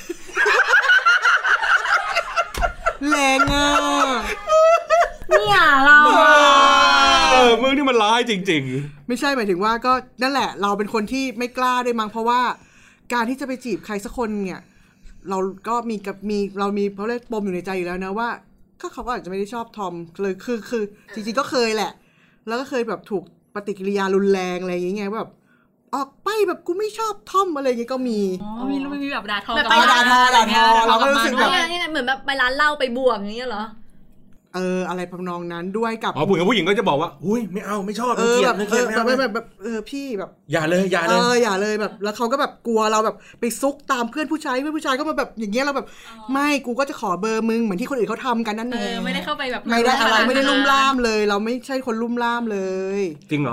Speaker 3: แรงอ่ะ
Speaker 2: เนี่ยเรา
Speaker 1: เออมึงนี่มันร้ายจริง
Speaker 3: ๆไม่ใช่หมายถึงว่าก็นั่นแหละเราเป็นคนที่ไม่กล้าด้วยมั้งเพราะว่าการที่จะไปจีบใครสักคนเนี่ยเราก็มีกับมีเรามีเพราะเรียกปมอยู่ในใจอยู่แล้วนะว่าก็เขาก็อาจจะไม่ได้ชอบทอมเลยคือคือจริงๆก็เคยแหละแล้วก็เคยแบบถูกปฏิกิริยารุนแรงอะไรอย่างเงี้ยแบบออกไปแบบกูไม่ชอบทอมอะไรอย่างเงี้ยก็มี
Speaker 4: อ๋อมีมีแบบด่าทอ
Speaker 3: แบบด่าทอด่าทอเราก็รู้สึกแบบ
Speaker 2: เหมือนแบบไปร้านเหล้าไปบวมอย่างเงี้ยเหรอ
Speaker 3: เอออะไรพำนองนั้นด้วยกับ
Speaker 1: อ๋อผู้หญิงผู้หญิงก็จะบอกว่าหุ้ยไม่เอาไม่ชอบไม่เกลียดไม่เกลียดไม่เอา
Speaker 3: แบบแบบเออพี่แบบ
Speaker 1: อย่าเลยอย่าเลย
Speaker 3: เอออย่าเลยแบบแล้วเขาก็แบบกลัวเราแบบไปซุกตามเพื่อนผู้ชายเพื่อนผู้ชายก็มาแบบอย่างเงี้ยเราแบบไม่กูก็จะขอเบอร์มึงเหมือนที่คนอื่นเขาทำกันนั่นเอง
Speaker 4: ไม่ได้เข้าไปแบบ
Speaker 3: ไม่ได้อะไรไม่ได้ลุ่มล่ามเลยเราไม่ใช่คนลุ่มล่ามเลย
Speaker 1: จริงเหรอ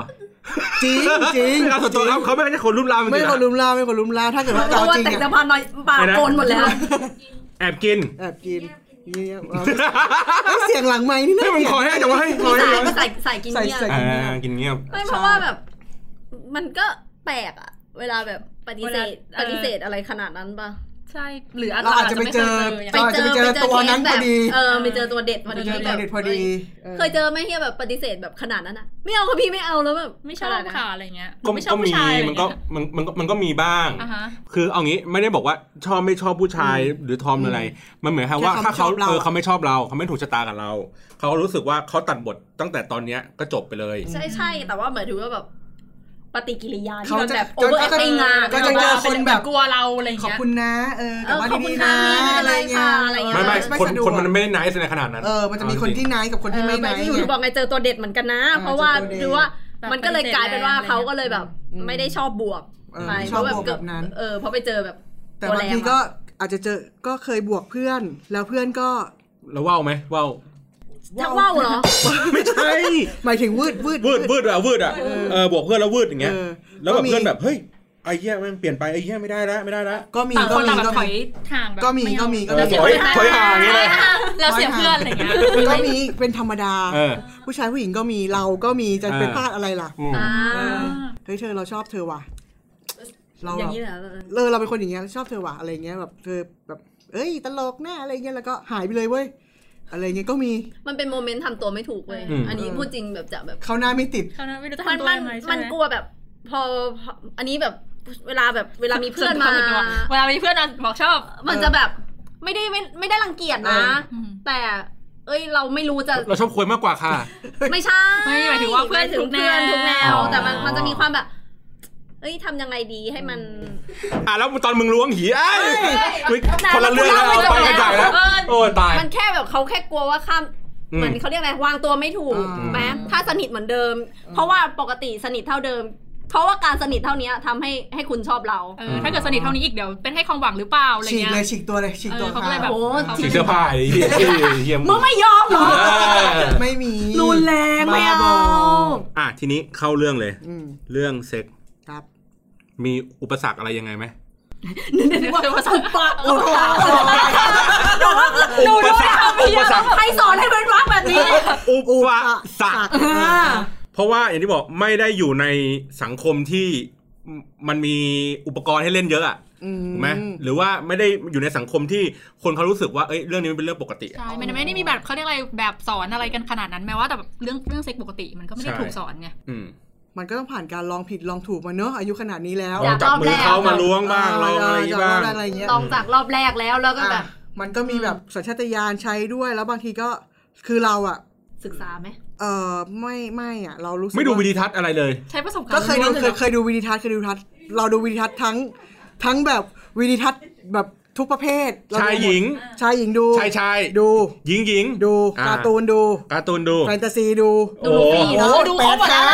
Speaker 3: จริงจริง
Speaker 1: การส่วนตัวเขาเขาไม่ใช่คนลุ่มล่าม
Speaker 3: ไม่คนลุ่มล่ามไม่คนลุ่มล่ามถ้าเกิดว่าจะจริง
Speaker 2: แต่
Speaker 3: เนี่ย
Speaker 2: จะพาหน่อยปากโกนหมดแล้ว
Speaker 1: แอบกิน
Speaker 3: แอบกินเนี่ยเสียงหลังไม้นี่นะ
Speaker 1: ให้มันคอยให้แต่ว่าให้คอย
Speaker 2: ใส่ใส่กินเงียบ
Speaker 1: กินเงียบ
Speaker 2: ไม่เพราะว่าแบบมันก็แปลกอะเวลาแบบปฏิเสธปฏิเสธอะไรขนาดนั้นป่ะ
Speaker 4: ใช่หรือ
Speaker 3: เราอาจจะไปเจอไปเจอไปเจอตัวนั้นพอดี
Speaker 2: เออไปเจอตัวเด็ดพอดีแบบ
Speaker 3: พอดี
Speaker 2: เคยเจอไหมที่แบบปฏิเสธแบบขนาดนั้นอะไม่เอาค่ะพี่ไม่เอาแล้วแบบ
Speaker 4: ไม่ชอบค่ะอะไรเงี้ย
Speaker 1: ไม่ชอบผู้ชายมันก็มันมันก็มันก็มีบ้างคือเอางี้ไม่ได้บอกว่าชอบไม่ชอบผู้ชายหรือทอมอะไรมันเหมือนว่าถ้าเขาเออเขาไม่ชอบเราเขาไม่ถูกชะตากับเราเขารู้สึกว่าเขาตัดบทตั้งแต่ตอนเนี้ยก็จบไปเลย
Speaker 2: ใช่ใช่แต่ว่าเหมือนถือว่าแบบปฏิกิริยาที่มันแบบโอเวอร์แอคติ้งอ่ะ
Speaker 3: ก็จะเจอคนแบบ
Speaker 4: กลัวเราอะไรอย่างเงี้ย
Speaker 3: ขอบคุณนะเออแต่ว่าดีๆนะ
Speaker 2: อะไรเงี้ย
Speaker 1: ไม่ไม่คนคนมันไม่ได้ไนท์ในขนาดนั้น
Speaker 3: เออมันจะมีคนที่ไนท์กับคนที่ไม่ไนท์
Speaker 2: อยู่บอกไงเจอตัวเด็ดเหมือนกันนะเพราะว่าดูว่ามันก็เลยกลายเป็นว่าเขาก็เลยแบบไม่ได้ชอบบวก
Speaker 3: ไปชอบบวกแบบนั้น
Speaker 2: เออเพราะไปเจอแบบ
Speaker 3: แต่บางทีก็อาจจะเจอก็เคยบวกเพื่อนแล้วเพื่อนก็
Speaker 1: แล้วว่าวไหมว่าว
Speaker 2: จะว่าวเหรอ
Speaker 1: ไม่ใช่
Speaker 3: หมายถึงวืดวืด
Speaker 1: วืดวืดอะวืดอะเออบวกเพื่อนแล้ววืดอย่างเงี้ยแล้วแบบเพื่อนแบบเฮ้ยไอ้เหี้ยมันเปลี่ยนไปไอ้เหี้ยไม่ได้แล้วไม่ได้แล้ว
Speaker 3: ก็มีก็มีก็มีก็มีก็มีก็มี
Speaker 1: ถอยถอยห่างนี่เลย
Speaker 4: แล้วเสียเพื่อนอะไรเงี้ย
Speaker 3: ก็มีเป็นธรรมดาผู้ชายผู้หญิงก็มีเราก็มีจะเป็นพลาดอะไรล่ะเฮ้ยเธอเราชอบเธอว่ะเราอย่างนี้แหละเออเราเป็นคนอย่างเงี้ยชอบเธอว่ะอะไรเงี้ยแบบเธอแบบเอ้ยตลกแน่อะไรเงี้ยแล้วก็หายไปเลยเว้ยอะไรเงี้ยก็มี
Speaker 2: มันเป็นโมเมนต์ทำตัวไม่ถูกเว้ยอันนี้พูดจริงแบบจะแบบ
Speaker 3: เขาหน้าไม่ติด
Speaker 4: เขาหน้าไม่รู้จะ
Speaker 2: ทำตัวยังไงใช่ไหมมันกลัวแบบพออันนี้แบบเวลาแบบเวลามีเพื่อนมา
Speaker 4: เวลามีเพื่อนบอกชอบ
Speaker 2: มันจะแบบไม่ได้ไม่ไม่ได้รังเกียจนะแต่เอ้ยเราไม่รู้จะ
Speaker 1: เราชอบคุยมากกว่าค่ะ
Speaker 2: ไม่ใช่
Speaker 4: ไม่หมายถึงว่าเพื่อน
Speaker 2: ทุกแนวทุกแนวแต่มันมันจะมีความแบบเอ้ยทำยังไงดีให้มัน
Speaker 1: อ่ะแล้วตอนมึงล้วงหีไอ้คนละเรื่องแล้วไปกันใหญ่แล้วโอ้ตาย
Speaker 2: มันแค่แบบเขาแค่กลัวว่าข้ามเหมือนเขาเรียกอะไรวางตัวไม่ถูกไหมถ้าสนิทเหมือนเดิมเพราะว่าปกติสนิทเท่าเดิมเพราะว่าการสนิทเท่านี้ทำให้ให้คุณชอบเรา
Speaker 4: ถ้าเกิดสนิทเท่านี้อีกเดี๋ยวเป็นให้ความหวังหรือเปล่าอะไรเงี้ย
Speaker 3: ฉีกเลยฉีกตัวเลยฉีกตัว
Speaker 4: เขาเลยแบบ
Speaker 1: ฉีกเสื้อผ้าไอ้เหี้ย
Speaker 2: มึงไม่ยอมเหรอ
Speaker 3: ไม่มี
Speaker 2: รุนแรงไม่เอา
Speaker 1: อ่ะทีนี้เข้าเรื่องเลยเรื่องเซ็ก
Speaker 3: ครับ
Speaker 1: มีอุปสรรคอะไรยังไงไหม
Speaker 2: อุปสรรคปะอุปสรรคดูดูอุปสรรคใครสอนให้เป็นวักแบบนี้
Speaker 1: อุปสรรคเพราะว่าอย่างที่บอกไม่ได้อยู่ในสังคมที่มันมีอุปกรณ์ให้เล่นเยอะอ่ะถูกไหมหรือว่าไม่ได้อยู่ในสังคมที่คนเขารู้สึกว่าเอ้ยเรื่องนี้มันเป็นเรื่องปกติ
Speaker 4: ใช่มันไม่ได้มีแบบเขาเรียกอะไรแบบสอนอะไรกันขนาดนั้นแม้ว่าแต่แบบเรื่องเรื่องเซ็กปกติมันก็ไม่ได้ถูกสอนไง
Speaker 3: มันก็ต้องผ่านการลองผิดลองถูกมาเนอะอายุขนาดนี้แล้ว
Speaker 1: จับมือเขามาล้วงบ้างลองอะไรบ้าง
Speaker 2: ลองจากรอบแรกแล้วแล้วก็แบบ
Speaker 3: มันก็มีแบบสัญชาตญาณใช้ด้วยแล้วบางทีก็คือเราอะ
Speaker 2: ศึกษาไหม
Speaker 3: เออไม่ไม่อ่ะเรารู้สึก
Speaker 1: ไม่ดูวิดีทัศน์อะไรเลย
Speaker 4: ใช้ประสบการณ์
Speaker 3: ก็เคยดูเคยเคยดูวิดีทัศน์เคยดูทัศน์เราดูวิดีทัศน์ทั้งทั้งแบบวิดีทัศน์แบบทุกประเภท
Speaker 1: ชายหญิง
Speaker 3: ชายหญิงดู
Speaker 1: ชายชาย
Speaker 3: ดู
Speaker 1: หญิงหญิง
Speaker 3: ดูการ์ตูนดู
Speaker 1: การ์ตูนดู
Speaker 3: แฟนตาซีดู
Speaker 2: ดูลูฟี่เนาะ
Speaker 4: ดูครบหมดแล้ว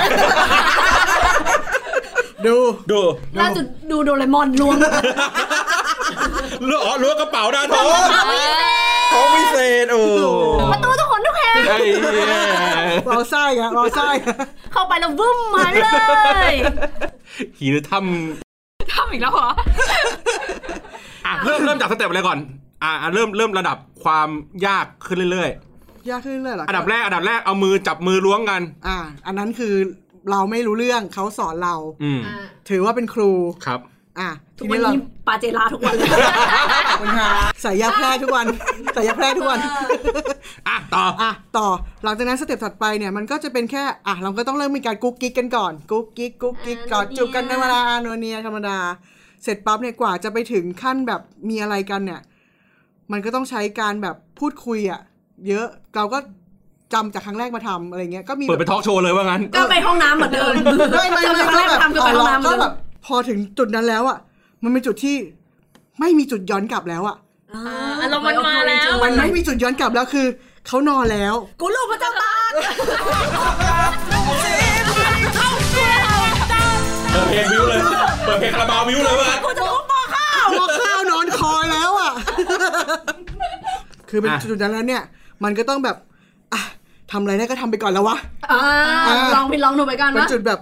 Speaker 3: ดู
Speaker 1: ดู
Speaker 2: ล่าสุดดูโดเรมอนล้วง
Speaker 1: ล้วงล้วงกระเป๋าดาทองของวิเศษโอ้
Speaker 2: ประตูทุกคนทุกแห่ง
Speaker 3: เราไส้อะเราไส้
Speaker 2: เข้าไปแล้ววึ้มมาเลย
Speaker 1: หีหรือท
Speaker 4: ำทำอีกแล้วเหรอ
Speaker 1: อ่ะเริ่มเริ่มจากสเต็ปอะไรก่อนอ่ะเริ่มเริ่มระดับความยากขึ้นเรื่อย
Speaker 3: ๆยากขึ้นเรื่อยๆหรอ
Speaker 1: อันดับแรกอันดับแรกเอามือจับมือล้วงกัน
Speaker 3: อ่าอันนั้นคือเราไม่รู้เรื่องเขาสอนเราถือว่าเป็นครู
Speaker 1: ครับ
Speaker 3: อ่ะ
Speaker 2: ทุกวันนี้ปาเจลาทุกวันเลย
Speaker 3: คุณฮะใส่ยาแพร่ทุกวันใส่ยาแพร่ทุกวัน
Speaker 1: อ่ะต่อ
Speaker 3: อ่ะต่อหลังจากนั้นสเต็ปถัดไปเนี่ยมันก็จะเป็นแค่อ่ะเราก็ต้องเริ่มมีการกุ๊กกิ๊กกันก่อนกุ๊กกิ๊กกุ๊กกิ๊กกอดจูบกันธรรมดาโนเนียธรรมดาเสร็จปั๊บเนี่ยกว่าจะไปถึงขั้นแบบมีอะไรกันเนี่ยมันก็ต้องใช้การแบบพูดคุยอ่ะเยอะเราก็จำจากครั้งแรกมาทำอะไรเงี้ยก็มี
Speaker 1: เปิดไปทอล์กโชว์เลยว่างั้น
Speaker 2: ก็ไปห้องน้ำเหมือนเดิม
Speaker 3: ไม่ไม่ไม่ก็แบบก็แบบพอถึงจุดนั้นแล้วอ่ะมันเป็นจุดที่ไม่มีจุดย้อนกลับแล้วอ่ะ
Speaker 4: อารมณ์มันมาแล้ว
Speaker 3: มันไม่มีจุดย้อนกลับแล้วคือเขานอนแล้ว
Speaker 2: กูลูกพระเจ้าตาก
Speaker 1: เปิดเพลงวิวเลยเปิดเพลงคาราบาววิวเลยว่ะ
Speaker 2: กูจะพูดหม้อข้าว
Speaker 3: หม้อข้าวนอนคอยแล้วอ่ะคือเป็นจุดนั้นแล้วเนี่ยมันก็ต้องแบบอ่ะทำอะไรได้ก็ทำไปก่อนแล้ววะ
Speaker 2: ลองไปลองดูไปก่อน
Speaker 3: เป็นจุดแบบ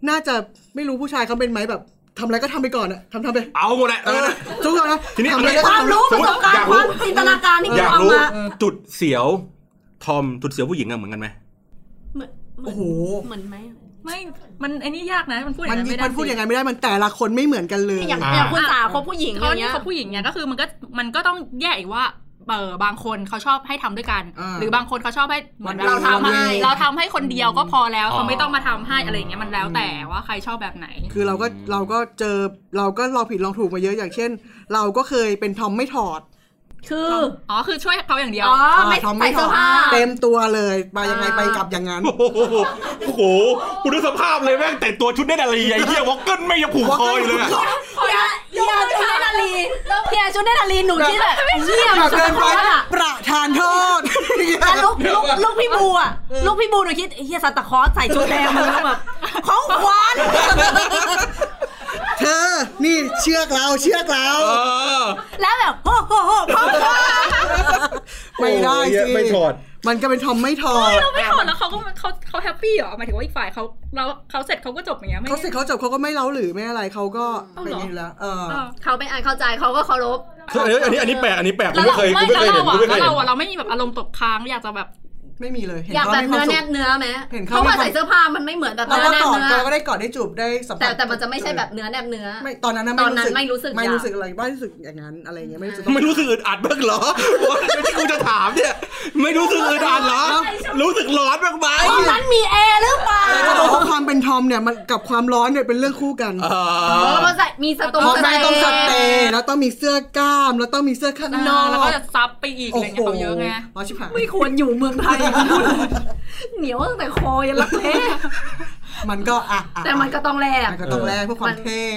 Speaker 3: น่าจะไม่รู้ผู้ชายเขาเป็นไหมแบบทำอะไรก็ทำไปก่อนอะทำทำไป
Speaker 1: เอาหมดแหละเออ
Speaker 3: ทุกคนนะ
Speaker 1: ทีนี้
Speaker 2: ความรู้ประสบการณ์ความจินตนาการที่เขาเอามา
Speaker 1: จุดเสียวทอมจุดเสียวผู้หญิงอะเหมือนกันไหม
Speaker 3: โอ้โห
Speaker 2: เหมือนไหม
Speaker 4: ไม่มันไอ้นี่ยากนะมันพูดอ
Speaker 3: ย่าง
Speaker 4: นั้นไม่ได้
Speaker 3: มันพูดอย่างนั้นไม่ได้มันแต่ละคนไม่เหมือนกันเลย
Speaker 2: อย่างอย่างคุณสาคบผู้หญิงอย่างเงี้ย
Speaker 4: คบผู้หญิงเนี่ยก็คือมันก็มันก็ต้องแยกอีกว่าเออบางคนเขาชอบให้ทำด้วยกันหรือบางคนเขาชอบให้เหมือนเราทำให้เราทำให้คนเดียวก็พอแล้วเขาไม่ต้องมาทำให้อะไรอย่างเงี้ยมันแล้วแต่ว่าใครชอบแบบไหน
Speaker 3: คือเราก็เราก็เจอเราก็ลองผิดลองถูกมาเยอะอย่างเช่นเราก็เคยเป็นทอมไม่ถอด
Speaker 2: คือ
Speaker 4: อ๋อคือช่วยเขาอย่างเดียว
Speaker 2: อ๋อไม่ใส่เสื้อผ้า
Speaker 3: เต็มตัวเลยมายังไงไปกลับอย่างนั้น
Speaker 1: โอ้โหกูดูสภาพเลยแม่งแต่งตัวชุดเนตรนารีไอ้เหี้ยวอลเกิลไม่ยังผูกคอเลยอ่ะ
Speaker 2: เฮียเฮียชุดเนตรนารีเฮียชุดเนตรนารีหนูคิดแบบเฮียแบบ
Speaker 3: เดินไปประทานโทษ
Speaker 2: แล้วลูกลูกลูกพี่บูอ่ะลูกพี่บูหนูคิดเฮียซานตาคลอสใส่ชุดแดงมันแบบของขวัญ
Speaker 3: เธอนี่เชือกเราเชือกเรา
Speaker 2: แล้วแบบโอ้โหของขวัญ
Speaker 3: ไม่ได้สิ
Speaker 1: ไม่ถอด
Speaker 3: มันก็เป็นทอมไม่ถอด
Speaker 4: เราไม่ถอดแล้วเขาก็เขาเขาแฮปปี้เหรอหมายถึงว่าอีกฝ่ายเขาเราเขาเสร็จเขาก็จบอย่างเงี้ย
Speaker 3: เขาเสร็จเขาจบเขาก็ไม่เล้าหรือไม่อะไรเขาก็เป็นอย่างนี้แล้วเออ
Speaker 2: เขาเป็นอันเข้าใจเขาก็เคารพ
Speaker 1: อันนี้อันนี้แปลกอันนี้แปลกกูไม่เคยกูไม่เคยเห็นกูไม่เคยเห็น
Speaker 4: เราเราไม่มีแบบอารมณ์ตกค้างอยากจะแบบ
Speaker 3: ไม่มีเลย
Speaker 2: อยากแบบเนื้อแนบเนื้อไหมเพราะว่าใส่เสื้อผ้ามันไม่เหมือนแบบเนื้อแนบเนื้อ
Speaker 3: เราก็ได้กอดได้จูบได้สัมผัส
Speaker 2: แต่แต่มันจะไม่ใช่แบบเนื้อแนบเนื้อ
Speaker 3: ไม่ตอนนั้น
Speaker 2: ตอนนั้นไม่รู้สึก
Speaker 3: ไม่รู้สึกอะไรไม่รู้สึกอย่างนั้นอะไรเงี้ยไม่รู้สึก
Speaker 1: ไม่รู้สึกอึดอัดบ้างเหรอที่กูจะถามเนี่ยไม่รู้สึกอึดอัดเหรอรู้สึกร้อนบ้างไหม
Speaker 2: ตอนนั้นมีแอร์หรือเปล่า
Speaker 3: จะบอกว่าความเป็นทอมเนี่ยมันกับความร้อนเนี่ยเป็นเรื่องคู่กัน
Speaker 2: เออมันใส่มีสตู
Speaker 3: สเตย์ต้องสเตย์แล้วต้องมีเสื้อกล้ามแล้วต้องมีเสื้อข้างนอก
Speaker 4: แล้วก็จะซับไปอีกอะไรเงี้ยเขาเยอะไง
Speaker 2: ไม่ควรอยู่เมืองไทยเหนียวตั้งแต่คอยันรักแท้
Speaker 3: มันก็อ่ะ
Speaker 2: แต่มันก็ต้องแลก
Speaker 3: มันก็ต้องแลกเพื่อความเท่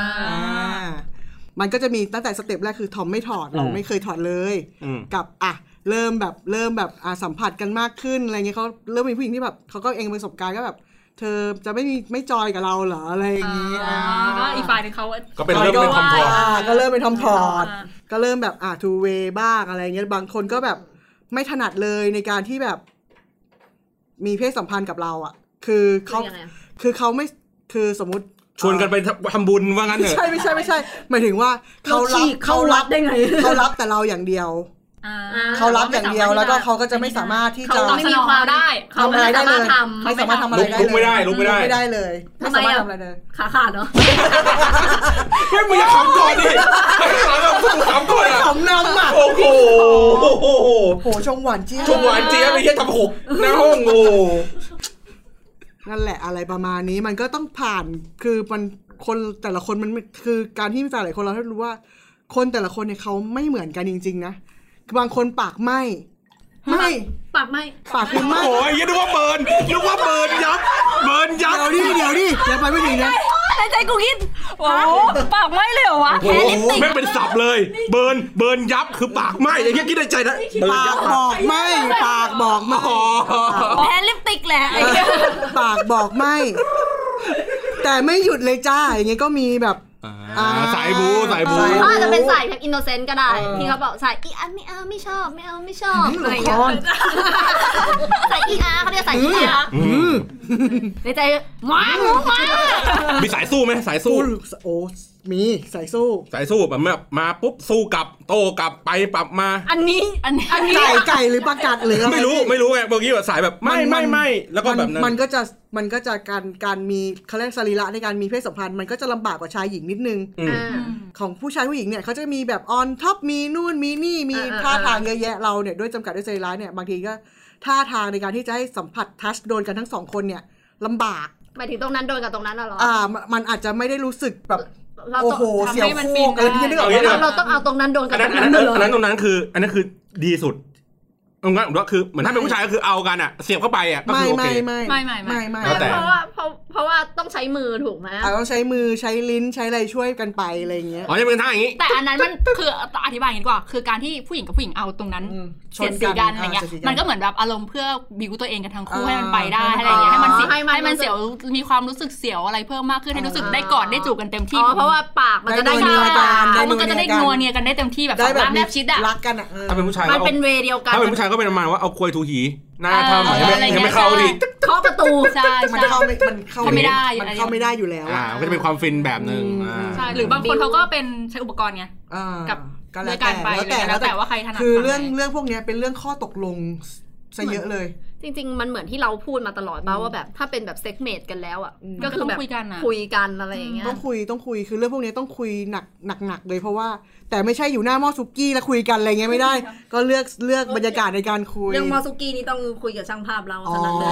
Speaker 3: มันก็จะมีตั้งแต่สเต็ปแรกคือทอมไม่ถอดเราไม่เคยถอดเลยกับอ่ะเริ่มแบบเริ่มแบบอ่ะสัมผัสกันมากขึ้นอะไรเงี้ยเขาเริ่มมีผู้หญิงที่แบบเขาก็เองประสบการณ์ก็แบบเธอจะไม่มีไม่จอยกับเราเหรออะไรอย่างงี้
Speaker 4: ก็อีกฝ่ายนึงเขา
Speaker 1: ก็เป็นเริ่มเป็นทอมถอด
Speaker 3: ก็เริ่มเป็นทอมถอดก็เริ่มแบบอ่ะทูเวย์บ้างอะไรเงี้ยบางคนก็แบบไม่ถนัดเลยในการที่แบบมีเพศสัมพันธ์กับเราอ่ะคือเขาคือเขาไม่คือสมมุติ
Speaker 1: ชวนกันไปทำบุญว่างั้นเหรอ
Speaker 3: ไม่ใช่ไม่ใช่ไม่ใช่หมายถึงว่าเขารับ
Speaker 2: เขารับได้ไง
Speaker 3: เขารับแต่เราอย่างเดียวเขารับอย่างเดียวแล้วก็เขาก็จะไม่สามารถที่จะ
Speaker 2: ไม่มีความได้
Speaker 3: เขาไม่สามารถทำไม่สามารถทำอะไรได้
Speaker 1: ลุกไม่ได้ลุกไม่ได้
Speaker 3: ไม่ได้เลยไม่สามารถทำอะไรเลย
Speaker 2: ขาขาดเนาะ
Speaker 1: ไม่มึงอย่าขำก่อนดิขำแบบมึงขำก่อน
Speaker 3: ขำนำอ่ะ
Speaker 1: โอ้โหโอ้โห
Speaker 3: โหชงหวานเจี๊ยบ
Speaker 1: ชงหวานเจี๊ยบไม่ใช่ทำหกหน้าห้องโอ้
Speaker 3: นั่นแหละอะไรประมาณนี้มันก็ต้องผ่านคือมันคนแต่ละคนมันคือการที่มีแฟนหลายคนเราให้รู้ว่าคนแต่ละคนเนี่ยเขาไม่เหมือนกันจริงๆนะบางคนปากไหม้ไม่
Speaker 2: ปากไหม้
Speaker 3: ปากคุณไหม้
Speaker 1: โอ้ยยังนึกว่าเบิร์นนึกว่าเบิร์นยับเบิร์นยับ
Speaker 3: เดี๋ยวดิเดี๋ยวดิยังไปไม่ถึงนะ
Speaker 2: ในใจกูคิดโอ้ปากไหม้เลยเหรอวะ
Speaker 1: แพ้ลิปสติกไม่เป็นสับเลยเบิร์นเบิร์นยับคือปากไหม้อย่างเงี้ยคิดในใจนะ
Speaker 3: ปากบอกไม่ปากบอกไม่
Speaker 2: แพ้ลิปสติกแหละ
Speaker 3: ปากบอกไม่แต่ไม่หยุดเลยจ้าอย่างเงี้ยก็มีแบบ
Speaker 1: สายบูสายบู
Speaker 2: เขาอาจจะเป็นสายแบบอินโนเซนต์ก็ได้ที่เขาบอกสายอีอาร์ไม่เอาไม่ชอบไม่เอาไม่ชอบอะไรอย่างเงี้ยสายอีอาร์เขาเรียกสายอีอาร์ในใจมามา
Speaker 1: มีสายสู้ไหมสายสู้
Speaker 3: โอ้มีสายสู้
Speaker 1: สายสู้แบบแบบมาปุ๊บสู้กลับโตกลับไปปรับมา
Speaker 2: อันนี้อันนี้
Speaker 3: ไก่ไก่หรือปลากัดหรือ
Speaker 1: ไม่รู้ไม่รู้ไงเมื่อกี้แบบสายแบบไม่ไม่ไม่แล้วก็แบบนั้น
Speaker 3: มันก็จะมันก็จะการการมีเขาเรียกสรีระในการมีเพศสัมพันธ์มันก็จะลำบากกว่าชายหญิงนิดนึงของผู้ชายผู้หญิงเนี่ยเขาจะมีแบบออนท็อปมีนู่นมีนี่มีท่าทางเยอะแยะเราเนี่ยด้วยจำกัดด้วยสรีระเนี่ยบางทีก็ท่าทางในการที่จะให้สัมผัสทัชโดนกันทั้งสองคนเนี่ยลำบาก
Speaker 2: หมายถึงตรงนั้นโดนกับตรงนั้นหรอ
Speaker 3: อ่ามันอาจจะไม่ได้รู้สึกแบบโอ้โหเสียวโคกอะไรที่นึกออกไหม
Speaker 2: เราต้องเอาตรงนั้นโดนกับตรงนั้น
Speaker 1: เลยอันนั้นตรงนั้นคืออันนั้นคือดีสุดตรงนั้นผมว่าคือเหมือนถ้าเป็นผู้ชายก็คือเอากันอ่ะเสียบเข้าไปอ่ะก็คือโอเค
Speaker 3: ไม่ไม่ไม่ไม่ไม่
Speaker 2: เพราะว่าเพราะเพราะว่าต้องใช้มือถูกไหม
Speaker 3: อ่าต้องใช้มือใช้ลิ้นใช้อะไรช่วยกันไปอะไรเงี้ย
Speaker 1: อ๋อจะเป็นท่าอย่างนี้
Speaker 4: แต่อันนั้นมันคืออธิบายอย่างนี้กว่าคือการที่ผู้หญิงกับผู้หญิงเอาตรงนั้นเสียดสีกันอะไรเงี้ยมันก็เหมือนแบบอารมณ์เพื่อบิวตัวเองกันทั้งคู่ให้มันไปได้อะไรเงี้ยให้มันให้มันเสียวมีความรู้สึกเสียวอะไรเพิ่มมากขึ้นให้รู้สึกได้กอดได้จูบกันเต็มที่
Speaker 2: เพราะว่าปากมันจะได้
Speaker 3: นัวกัน
Speaker 4: มันก็จะได้นัวเนียกันได้เต็มที่แบบน้ำแนบชิดอ่ะ
Speaker 3: รักกันอ่ะ
Speaker 1: ถ้าเป็นผู้ชาย
Speaker 2: มันเป็นเวเดียวกัน
Speaker 1: ถ้าเป็นผู้ชายก็เป็นประมาณว่าเอาควยถูหีหน้าทำยังไม่เข้าดิ
Speaker 2: เคาะประตูตู
Speaker 4: ใช่
Speaker 3: มันเข้าไม่มันเข้า
Speaker 4: ไม่ได้
Speaker 3: มันเข้าไม่ได้อยู่แล้ว
Speaker 1: อ่าก็จะเป็นความฟินแบบนึง
Speaker 4: ใช่หรือบางคนเขาก็เป็นใช้อุปกรณ์ไงกับด้วยกันไปแล้วแต่ว่าใครถนัด
Speaker 3: คือเรื่องเรื่องพวกนี้เป็นเรื่องข้อตกลงซะเยอะเลย
Speaker 2: จริงๆมันเหมือนที่เราพูดมาตลอดป่ะว่าแบบถ้าเป็นแบบเซ็กเมทกันแล้วอ่ะก็คือแบบคุยกันคุยกันอะไรอย่างเงี้ย
Speaker 3: ต้องคุยต้องคุยคือเรื่องพวกนี้ต้องคุยหนักหนักหนักเลยเพราะว่าแต่ไม่ใช่อยู่หน้าหม้อซุกี้แล้วคุยกันอะไรเงี้ยไม่ได้ก็เลือกเลือกบรรยากาศในการคุย
Speaker 2: เรื่องหม้อซุกี้นี่ต้องคุยกับช่างภาพเราถนัดเลย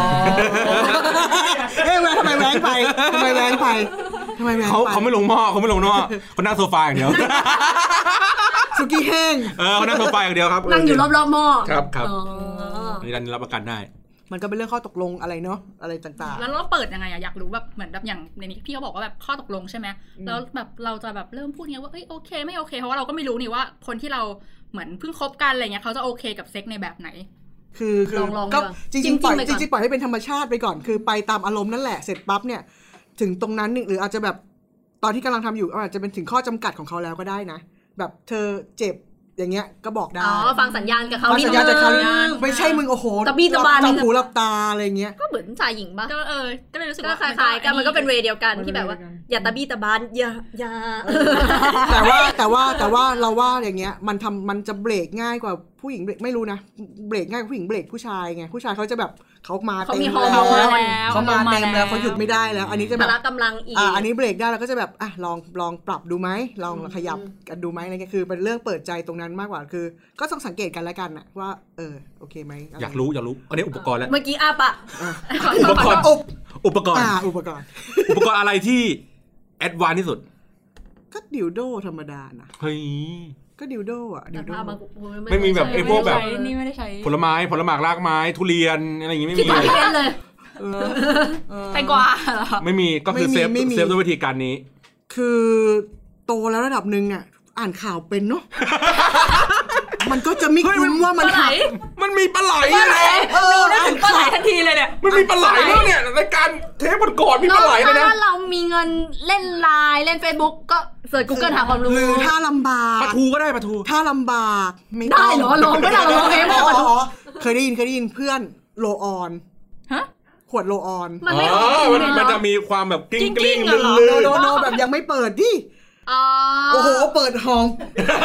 Speaker 3: เอ๊ะทำไมแหวงไปทำไมแหวงไปทำไมแหวงไป
Speaker 1: เขาเขาไม่ลงหม้อเขาไม่ลงหม้อเขานั่งโซฟาอย่างเดียว
Speaker 3: ซุกี้แห้ง
Speaker 1: เออเขานั่งโซฟาอย่างเดียวครับ
Speaker 2: นั่งอยู่รอบๆหม้อ
Speaker 1: ครับครับนี่รันรับประกันได้
Speaker 3: มันก็เป็นเรื่องข้อตกลงอะไรเนาะอะไรต่างๆ
Speaker 4: แล้วเราเปิดยังไงอะอยากรู้แบบเหมือนแบบอย่างในนี้พี่เขาบอกว่าแบบข้อตกลงใช่ไหมแล้วแบบเราจะแบบเริ่มพูดไงว่าเอ้ยโอเคไม่โอเคเพราะว่าเราก็ไม่รู้นี่ว่าคนที่เราเหมือนเพิ่งคบกันอะไรเงี้ยเขาจะโอเคกับเซ็กในแบบไหน
Speaker 3: คือคือก็จริงๆปล่อยจริงๆปล่อยให้เป็นธรรมชาติไปก่อนคือไปตามอารมณ์นั่นแหละเสร็จปั๊บเนี่ยถึงตรงนั้นหรืออาจจะแบบตอนที่กำลังทำอยู่อาจจะเป็นถึงข้อจำกัดของเขาแล้วก็ได้นะแบบเธอเจ็บอย่างเงี้ยก็บอกได้
Speaker 2: อ๋อฟังสัญญาณกับเขา
Speaker 3: ฟังสัญญาณจากเขาไม่ใช่มึงโอ้โห
Speaker 2: ตะบี้ตะบาน
Speaker 3: จับหูหลับตาอะไรเงี้ย
Speaker 2: ก็เหมือนชายหญิงป่ะ
Speaker 4: ก็เออก็เลยรู้สึก
Speaker 2: ว่าคล้ายๆกันมันก็เป็นเวย์เดียวกันที่แบบว่าอย่าตะบี้ตะบานอย่าอย่า
Speaker 3: แต่ว่าแต่ว่าแต่ว่าเราว่าอย่างเงี้ยมันทำมันจะเบรกง่ายกว่าผู้หญิงเบรกไม่รู้นะเบรกง่ายกว่าผู้หญิงเบรกผู้ชายไงผู้ชายเขาจะแบบเขามาเต็มแล้วเขามาเต็มแล้วเขาหยุดไม่ได้แล้วอันนี้จะแบบ
Speaker 2: พละกำลังอีก
Speaker 3: อ่าอันนี้เบรกได้แล้วก็จะแบบอ่ะลองลองปรับดูไหมลองขยับกันดูไหมอะไรเงี้ยคือเป็นเรื่องเปิดใจตรงนั้นมากกว่าคือก็ต้องสังเกตกันแล้วกันนะว่าเออโอเคไหม
Speaker 1: อยากรู้อยากรู้อันนี้อุปกรณ์แล้ว
Speaker 2: เมื่อกี้อาปะ
Speaker 1: อุปกรณ์อุปกรณ์
Speaker 3: อ่าอุปกรณ์
Speaker 1: อุปกรณ์อะไรที่แอดวานซ์ที่สุด
Speaker 3: ก็ดิวโดธรรมดานะ
Speaker 1: เฮ้ย
Speaker 3: ก็ดิวโดอ่ะดิวโด
Speaker 1: ไม่มีแบบไอ้พวกแบบ
Speaker 4: นี่ไม่ได้ใช้
Speaker 1: ผลไม้ผลหมากรากไม้ทุเรียนอะไรอย่างงี้ไม่มี
Speaker 2: เลย
Speaker 4: แตงกวา
Speaker 1: ไม่มีก็คือเซฟเซฟด้วยวิธีการนี้
Speaker 3: คือโตแล้วระดับนึงอ่ะอ่านข่าวเป็นเนาะมันก็จะไม่คุ้นว่ามัน
Speaker 4: ไหล
Speaker 1: มันมีปลาไหล
Speaker 4: เลยเออได้ถึงปลาไหลทันทีเลยเนี่ย
Speaker 1: มันมีปลาไหลแล้วเนี่ยรายการเทปก่อนมีปลาไหลเลยนะ
Speaker 2: ถ้าเรามีเงินเล่นไลน์เล่น Facebook ก็เสิร์ช Google หาความรู้
Speaker 3: หรือถ้าลำบาก
Speaker 1: ปลาทูก็ได้ปลาทู
Speaker 3: ถ้าลำบาก
Speaker 2: ไม่ได้เหรอลองก็ได้ลองเองไม่
Speaker 3: พอเคยได้ยินเคยได้ยินเพื่อนโลออน
Speaker 4: ฮะ
Speaker 3: ขวดโลออน
Speaker 2: มันไม่
Speaker 1: มันจะมีความแบบกลิ้งกลิ้งลื่น
Speaker 3: ๆโนโนแบบยังไม่เปิดดิโอ้โหเปิดห้อง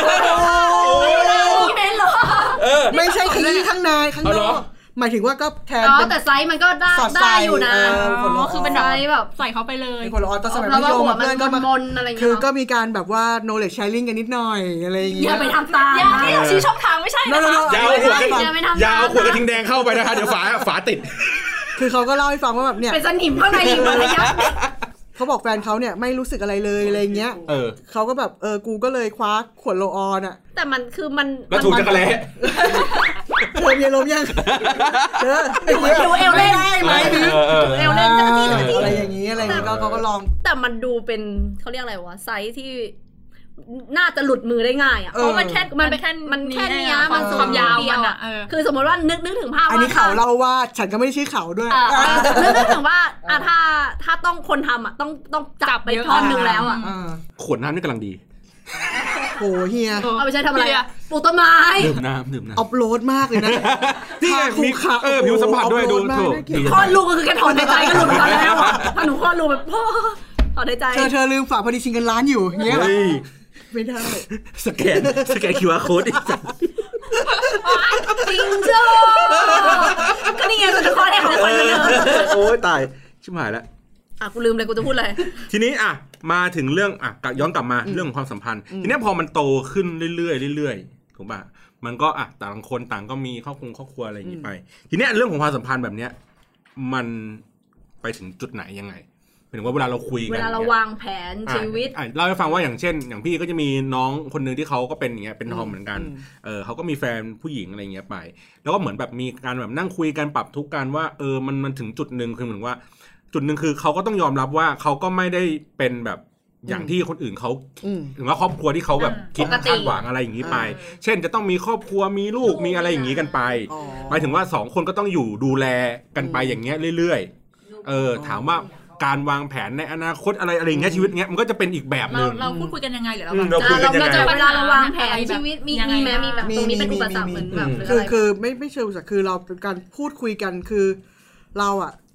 Speaker 3: ไม่ใช่ขยี้ข้างในข้างนอกหมายถึงว่าก็แทน
Speaker 2: แต่ไซส์มันก็ได้ได้อยู่นะ
Speaker 4: คือเป็นไซส์แบบใส่เข้าไปเลย
Speaker 3: คนละออนตอนสมัยมัธยมเพื่อนก็มาคือก็มีการแบบว่า knowledge sharing กันนิดหน่อยอะไรอย่างเงี้ย
Speaker 2: อย่าไปทำตาม
Speaker 4: อย่าที่ชี้ช่องทางไม่ใช่นะคะ
Speaker 1: ยาวขวดยาวขวดกระทิงแดงเข้าไปนะคะเดี๋ยวฝาฝาติด
Speaker 3: คือเขาก็เล่าให้ฟังว่าแบบเนี่ย
Speaker 2: เป็นสนิมข้างในอยู่ระยะ
Speaker 3: เขาบอกแฟนเขาเนี่ยไม่รู้สึกอะไรเลยอะไรเงี้ยเออเขาก็แบบเออกูก็เลยคว้าขวดโลออนอ่ะ
Speaker 2: แต่มันคือมัน
Speaker 1: แล้วถูกจักรแล้
Speaker 3: เธอมีลมยัง
Speaker 2: เออดูเอลเล่นได้ไหมเอลเล่นจักรจี้จักรจี้
Speaker 3: อะไรอย่างงี้อะไรอย่างงี้ก็เขาก็ลอง
Speaker 2: แต่มันดูเป็นเขาเรียกอะไรวะไซส์ที่น่าจะหลุดมือได้ง่ายอ่ะ
Speaker 4: เพราะมันแค่
Speaker 2: มันแค่มันแค่นี้มัน
Speaker 4: ความยาวมันอ่ะ
Speaker 2: คือสมมติว่านึกนึกถึงภาพว่า
Speaker 3: อันนี้เขาเล่าว่าฉันก็ไม่ได้ชื่อเขาด้วย
Speaker 2: นึกนึกถึงว่าอ่ะถ้าถ้าต้องคนทำอ่ะต้องต้องจับไปท่อนนึงแล้วอ่ะ
Speaker 1: ขวดน้ำนี่กำลังดี
Speaker 3: โหเฮีย
Speaker 2: เอาไปใช้ทำอะไรอ่ะปลูกต้นไม้
Speaker 1: ดื่มน้ำดื่มน้ำ
Speaker 3: อัพโหลดมากเลยนะ
Speaker 1: ที่มีเออผิวสัมผัสด้วยดูถูก
Speaker 2: คลอดลูกก็คือแค่ถอนในใจก็หลุดมาแล้วอ่ะถ้าหนูคลอดลูกแบบพ่อถอนในใจ
Speaker 3: เธอเธอลืมฝากพอดีชิงกันร้านอยู่เงี้ยไม่ได้
Speaker 1: สแกนสแกน คิว อาร์ Code อีก
Speaker 2: จริงจ้าก็นี่ไงสุดท้ายแรกของคนเลย
Speaker 1: โอ้ยตายชิบหายแล้ว
Speaker 2: อ่ะกูลืมเลยกูจะพูดอะไร
Speaker 1: ทีนี้อ่ะมาถึงเรื่องอ่ะย้อนกลับมาเรื่องของความสัมพันธ์ทีนี้พอมันโตขึ้นเรื่อยๆเรื่อยๆถูกป่ะมันก็อ่ะต่างคนต่างก็มีครอบครัวครอบครัวอะไรอย่างงี้ไปทีนี้เรื่องของความสัมพันธ์แบบเนี้ยมันไปถึงจุดไหนยังไงหมายถึงว่าเวลาเราคุยกัน
Speaker 2: เวลาเราวางแผนชีวิต
Speaker 1: เล่าให้ฟังว่าอย่างเช่นอย่างพี่ก็จะมีน้องคนนึงที่เขาก็เป็นอย่างเงี้ยเป็นทอมเหมือนกันเออเขาก็มีแฟนผู้หญิงอะไรเงี้ยไปแล้วก็เหมือนแบบมีการแบบนั่งคุยกันปรับทุกข์กันว่าเออมันมันถึงจุดนึงคือเหมือนว่าจุดนึงคือเขาก็ต้องยอมรับว่าเขาก็ไม่ได้เป็นแบบอย่างที่คนอื่นเขาถึงว่าครอบครัวที่เขาแบบคิดคาดหวังอะไรอย่างนี้ไปเช่นจะต้องมีครอบครัวมีลูกมีอะไรอย่างนี้กันไปหมายถึงว่าสองคนก็ต้องอยู่ดูแลกันไปอย่างเงี้ยเรื่อยๆเออถามว่าการวางแผนในอนาคตอะไรอะไรอย่างเงี้ยชีวิตเงี้ยมันก็จะเป็นอีกแบบนึง
Speaker 4: เราพูดคุยกันยังไงหรือเรา
Speaker 1: เราคุยกันยังไง
Speaker 2: เวลาเราวางแผนชีวิตมีมีแม้มีแบบตรงนี้เป็นอุปสรรคเหมือนแบบ
Speaker 3: คือคือไม่ไม่เชิงอุปสรรคคือเราเป็นการพูดคุยกันคือเราอ่ะ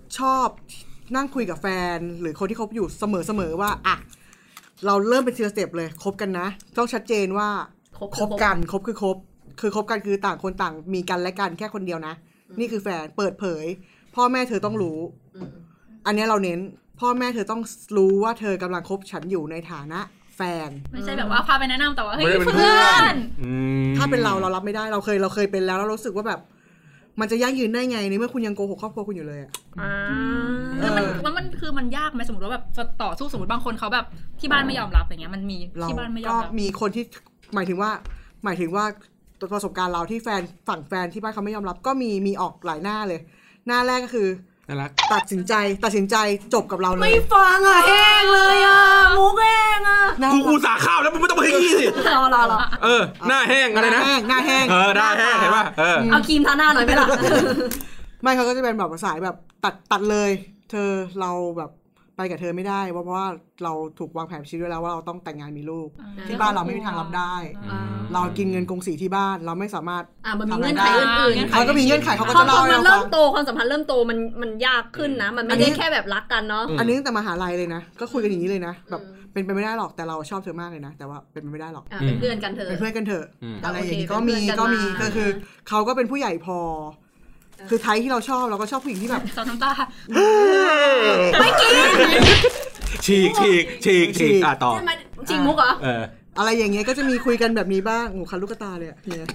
Speaker 3: ชอบนั่งคุยกับแฟนหรือคนที่คบอยู่เสมอๆว่าอ่ะเราเริ่มเป็นทีละสเต็ปเลยคบกันนะต้องชัดเจนว่าคบกันคบคือคบคือคบกันคือต่างคนต่างมีกันและกันแค่คนเดียวนะนี่คือแฟนเปิดเผยพ่อแม่เธอต้องรู้อันนี้เราเน้นพ่อแม่เธอต้องรู้ว่าเธอกำลังคบฉันอยู่ในฐานะแฟน
Speaker 4: ไม่ใช่แบบว่าพาไปแนะนำแต่ว่าเฮ้ยเพื่อน
Speaker 3: ถ้าเป็นเราเรารับไม่ได้เราเคยเราเคยเป็นแล้วแล้วรู้สึกว่าแบบมันจะยั่งยืนได้ไงในเมื่อคุณยังโกหกครอบครัวคุณอยู่เลยอ่ะ
Speaker 4: แล้วมันมันมันคือมันยากไหมสมมติว่าแบบจะต่อสู้สมมติบางคนเขาแบบที่บ้านไม่ยอมรับอย่างเงี้ยมันมีที่บ้านไม่ยอมรับ
Speaker 3: ก็มีคนที่หมายถึงว่าหมายถึงว่าประสบการณ์เราที่แฟนฝั่งแฟนที่บ้านเขาไม่ยอมรับก็มีมีออกหลายหน้าเลยหน้าแรกก็คือตัดสินใจตัดสินใจจบกับเราเลย
Speaker 2: ไม่ฟังอ่ะแห้งเลยอ่ะมุกแห้งอ่ะ
Speaker 1: กูกูสาข้าวแล้วมึงไม่ต้องมาขยี้สิ
Speaker 2: รอรอรอ
Speaker 1: เออหน้าแห้งอะไรนะ
Speaker 3: หน้าแห้ง
Speaker 1: เออหน้าแห้งเห็นป่ะเออ
Speaker 2: เอาครีมทาหน้าหน่อยไหมล่ะ
Speaker 3: ไม่เขาก็จะเป็นแบบสายแบบตัดตัดเลยเธอเราแบบไปกับเธอไม่ได้เพราะว่าเราถูกวางแผนชีวิตไว้แล้วว่าเราต้องแต่งงานมีลูกที่บ้านเราไม่มีทางรับได้เรากินเงินกงสีที่บ้านเราไม่สามารถ
Speaker 2: อ่ามันมีเงื่อนไขอื่น
Speaker 3: ๆเขาก็มีเงื่อนไขเขาก็จะเล่าให้เราฟัง
Speaker 2: มันเริ่มโตความสัมพันธ์เริ่มโตมันมันยากขึ้นนะมันไม่ได้แค่แบบรักกันเนาะ
Speaker 3: อันนี้ตั้งแต่มหาลัยเลยนะก็คุยกันอย่างนี้เลยนะแบบเป็นไปไม่ได้หรอกแต่เราชอบเธอมากเลยนะแต่ว่าเป็นไปไม่ได้หรอก
Speaker 2: เป็นเพื่อนกันเถอะ
Speaker 3: เป็นเพื่อนกันเถอะอะไรอย่างนี้ก็มีก็มีก็คือเขาก็เป็นผู้ใหญ่พอคือไทยที่เราชอบเราก็ชอบผู้หญิงที่แบบ
Speaker 4: ซอสน้ำตา
Speaker 2: ไม่กิน
Speaker 1: ฉีกฉีกฉีกฉีกอ่ะต่อ
Speaker 2: ฉีกมุกเหรอ
Speaker 3: เอออะไรอย่างเงี้ยก็จะมีคุยกันแบบนี้บ้างโอ้คันลูกตาเลยอ่ะเนี่ย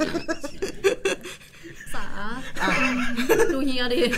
Speaker 2: สาดูเฮียดิ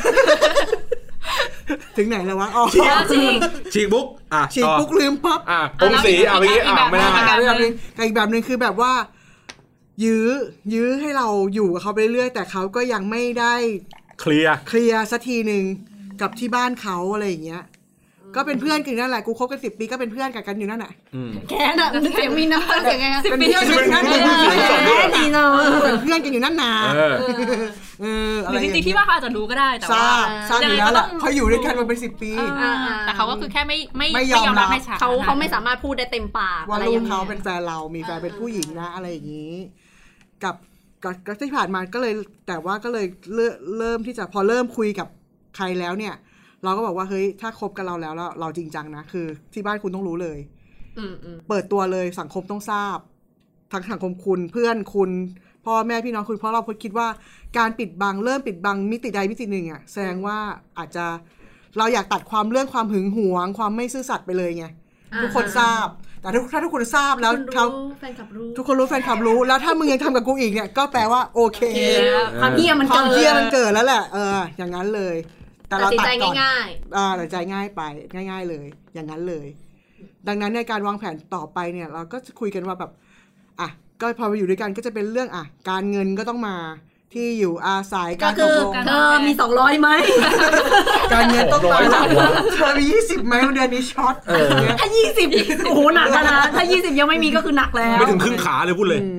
Speaker 3: ถึงไหนแล้ววะอ๋อ
Speaker 2: ฉีก
Speaker 1: ฉีกมุกอ่ะ
Speaker 3: ฉีกมุกลืมปั๊บ
Speaker 1: อ่ะตรงสีอ่ะเมื่อกี้อ่ะไม่ได้
Speaker 3: แบบนึงอีกแบบนึงคือแบบว่ายื้อยื้อให้เราอยู่กับเขาไปเรื่อยๆแต่เขาก็ยังไม่ได้
Speaker 1: เคลียร์
Speaker 3: เคลียร์สักทีนึงกับที่บ้านเขาอะไรอย่างเงี้ยก็เป็นเพื่อนกันนั่นแหละกูคบกันสิบปีก็เป็นเพื่อนกันอยู่นั่นแหละ
Speaker 2: แกน่ะเสียงมีน้ำเสียงไง
Speaker 3: เป็นเพื่อนกันนั่น
Speaker 2: ดีเนาะ
Speaker 3: เป็นเพื่อนกันอยู่นั่นนา
Speaker 4: เอออะไรจริงๆที่ว่าเขาอาจจะรู้ก็ได้แต่ว่า
Speaker 3: ทราบอยู่แล้วแหละเขาอยู่ด้วยกันมาเป็นสิบปี
Speaker 4: แต่เขาก็คือแค่ไม่ไม่
Speaker 3: ไม่ยอมรับ
Speaker 2: เขาเขาไม่สามารถพูดได้เต็มปาก
Speaker 3: ว่าลูกเขาเป็นแฟนเรามีแฟนเป็นผู้หญิงนะอะไรอย่างนี้กับกับที่ผ่านมาก็เลยแต่ว่าก็เลยเริ่มที่จะพอเริ่มคุยกับใครแล้วเนี่ยเราก็บอกว่าเฮ้ยถ้าคบกันเราแล้วแล้วเราจริงจังนะคือที่บ้านคุณต้องรู้เลยเปิดตัวเลยสังคมต้องทราบทั้งสังคมคุณเพื่อนคุณพ่อแม่พี่น้องคุณเพราะเราคิดว่าการปิดบังเริ่มปิดบังมิติใดมิติหนึ่งอ่ะแสดงว่าอาจจะเราอยากตัดความเรื่องความหึงหวงความไม่ซื่อสัตย์ไปเลยไงทุกคนทราบแต่ถ้าทุกคนทราบแล้วเขาทุกคนรู้แฟนคลับรู้แล้วถ้ามึงยังทำกับกูอีกเนี่ยก็แปลว่าโอเค
Speaker 2: ความเหี้ยมันเกิด
Speaker 3: ความเหี้ยมันเกิดแล้วแหละเอออย่างนั้นเลย
Speaker 2: แต่เราตัดก่อนง่าย
Speaker 3: ๆอ่าตัดใจง่ายไปง่ายๆเลยอย่างนั้นเลยดังนั้นในการวางแผนต่อไปเนี่ยเราก็จะคุยกันว่าแบบอ่ะก็พอมาอยู่ด้วยกันก็จะเป็นเรื่องอ่ะการเงินก็ต้องมาที่อยู่อาศัยการตกลง
Speaker 2: เธอมีสองร้อยไหม
Speaker 3: การเงินต้องมาเธอมียี่สิบไหมเดือนนี้ช็อต
Speaker 2: ถ้ายี่สิบโอ้โหหนักแล้วนะถ้ายี่สิบยังไม่มีก็คือหนักแล้ว
Speaker 1: ไม่ถึงครึ่งขาเลยพูดเลย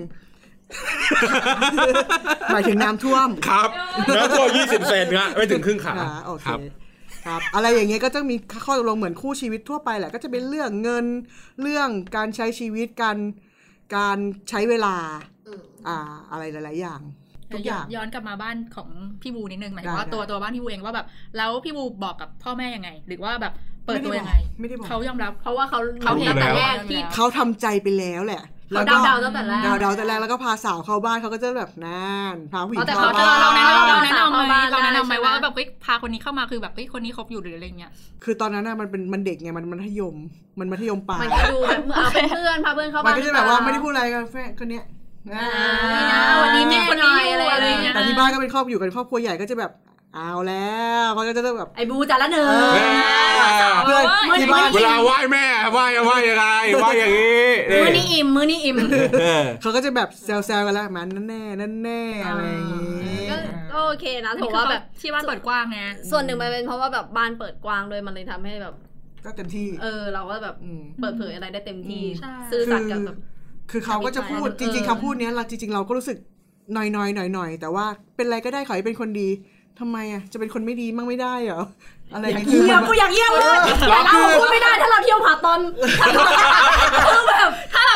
Speaker 3: หมายถึงน้ำท่วม
Speaker 1: ครับน้ำท่วมยี่สิบเซนนะไม่ถึงครึ่งขา
Speaker 3: โอเคครับอะไรอย่างเงี้ยก็จะมีข้อตกลงเหมือนคู่ชีวิตทั่วไปแหละก็จะเป็นเรื่องเงินเรื่องการใช้ชีวิตการการใช้เวลาอ่าอะไรหลายๆอย่างทุกอย่าง
Speaker 4: ย้อนกลับมาบ้านของพี่บูนิดนึงหมายถึงว่าตัวตัวบ้านพี่บูเองว่าแบบแล้วพี่บูบอกกับพ่อแม่ยังไงหรือว่าแบบเปิดตัวยังไงเขายอมรับ
Speaker 2: เพราะว่าเขา
Speaker 4: เขาเห็นแต่แรก
Speaker 3: ที่เขาทำใจไปแล้วแหละ
Speaker 2: แล้วก็เดาๆตั้งแต่แรก
Speaker 3: เดาๆแต่แรกแล้วก็พาสาวเข้าบ้านเขาก็จะแบบนั่นพาผู้หญิง
Speaker 4: เข้าบ้านเราแนะนำเราแนะนำไหมเราแนะนำไหมว่าแบบเฮ้ยพาคนนี้เข้ามาคือแบบเฮ้ยคนนี้คบอยู่หรืออะไรเงี้ย
Speaker 3: คือตอนนั้นน่ะมันเป็นมันเด็กไงมันมัธยมมันมัธยมปลาย
Speaker 2: มันก็ดูแบบเอาเป็นเพื่อนพาเพื่อนเข้าบ้าน
Speaker 3: มันก็จะแบบว่าไม่ได้พูดอะไรกันแฟนคนเนี้ย
Speaker 2: วันนี้แม่หน่อยอะไรเงี้ย
Speaker 3: แต่ที่บ้านก็เป็นครอบอยู่กันครอบครัวใหญ่ก็จะแบบเอาแล้วเขาก็จะแบบ
Speaker 2: ไอ้บูจ่าละเนอ
Speaker 1: เพื่อนที่บ้านเวลาไหว้แม่ไหว้ไหว้ยังไงไหว้อย่างนี้
Speaker 2: มื้อนี้อิ่มมื้อนี้อิ่ม
Speaker 3: เขาก็จะแบบแซวๆกันแล้วมันนั่นแน่นั่นแน่อะไรอย่างงี้
Speaker 2: ก็โอเคนะถือว่าแบบ
Speaker 4: ที่บ้านเปิดกว้างไง
Speaker 2: ส่วนหนึ่งมันเป็นเพราะว่าแบบบ้านเปิดกว้างด้วยมันเลยทำให้แบบ
Speaker 3: ก็เต็มที่
Speaker 2: เออเราก็แบบเปิดเผยอะไรได้เต็มที่ซื่อสัตย์กับแบบ
Speaker 3: คือเขาก็จะพูดจริงๆคำพูดนี้เราจริงๆเราก็รู้สึกหน่อยๆหน่อยๆแต่ว่าเป็นอะไรก็ได้ขอให้เป็นคนดีทำไมอ่ะจะเป็นคนไม่ดีมั่งไม่ได้เหรออะไรอย่างเงี้ย
Speaker 2: เยี่ยมกูอยากเยี่ยมเลยแต่เราพูดไม่ได้ถ้าเราเที่ยวผาตอนคือแบบถ้าเรา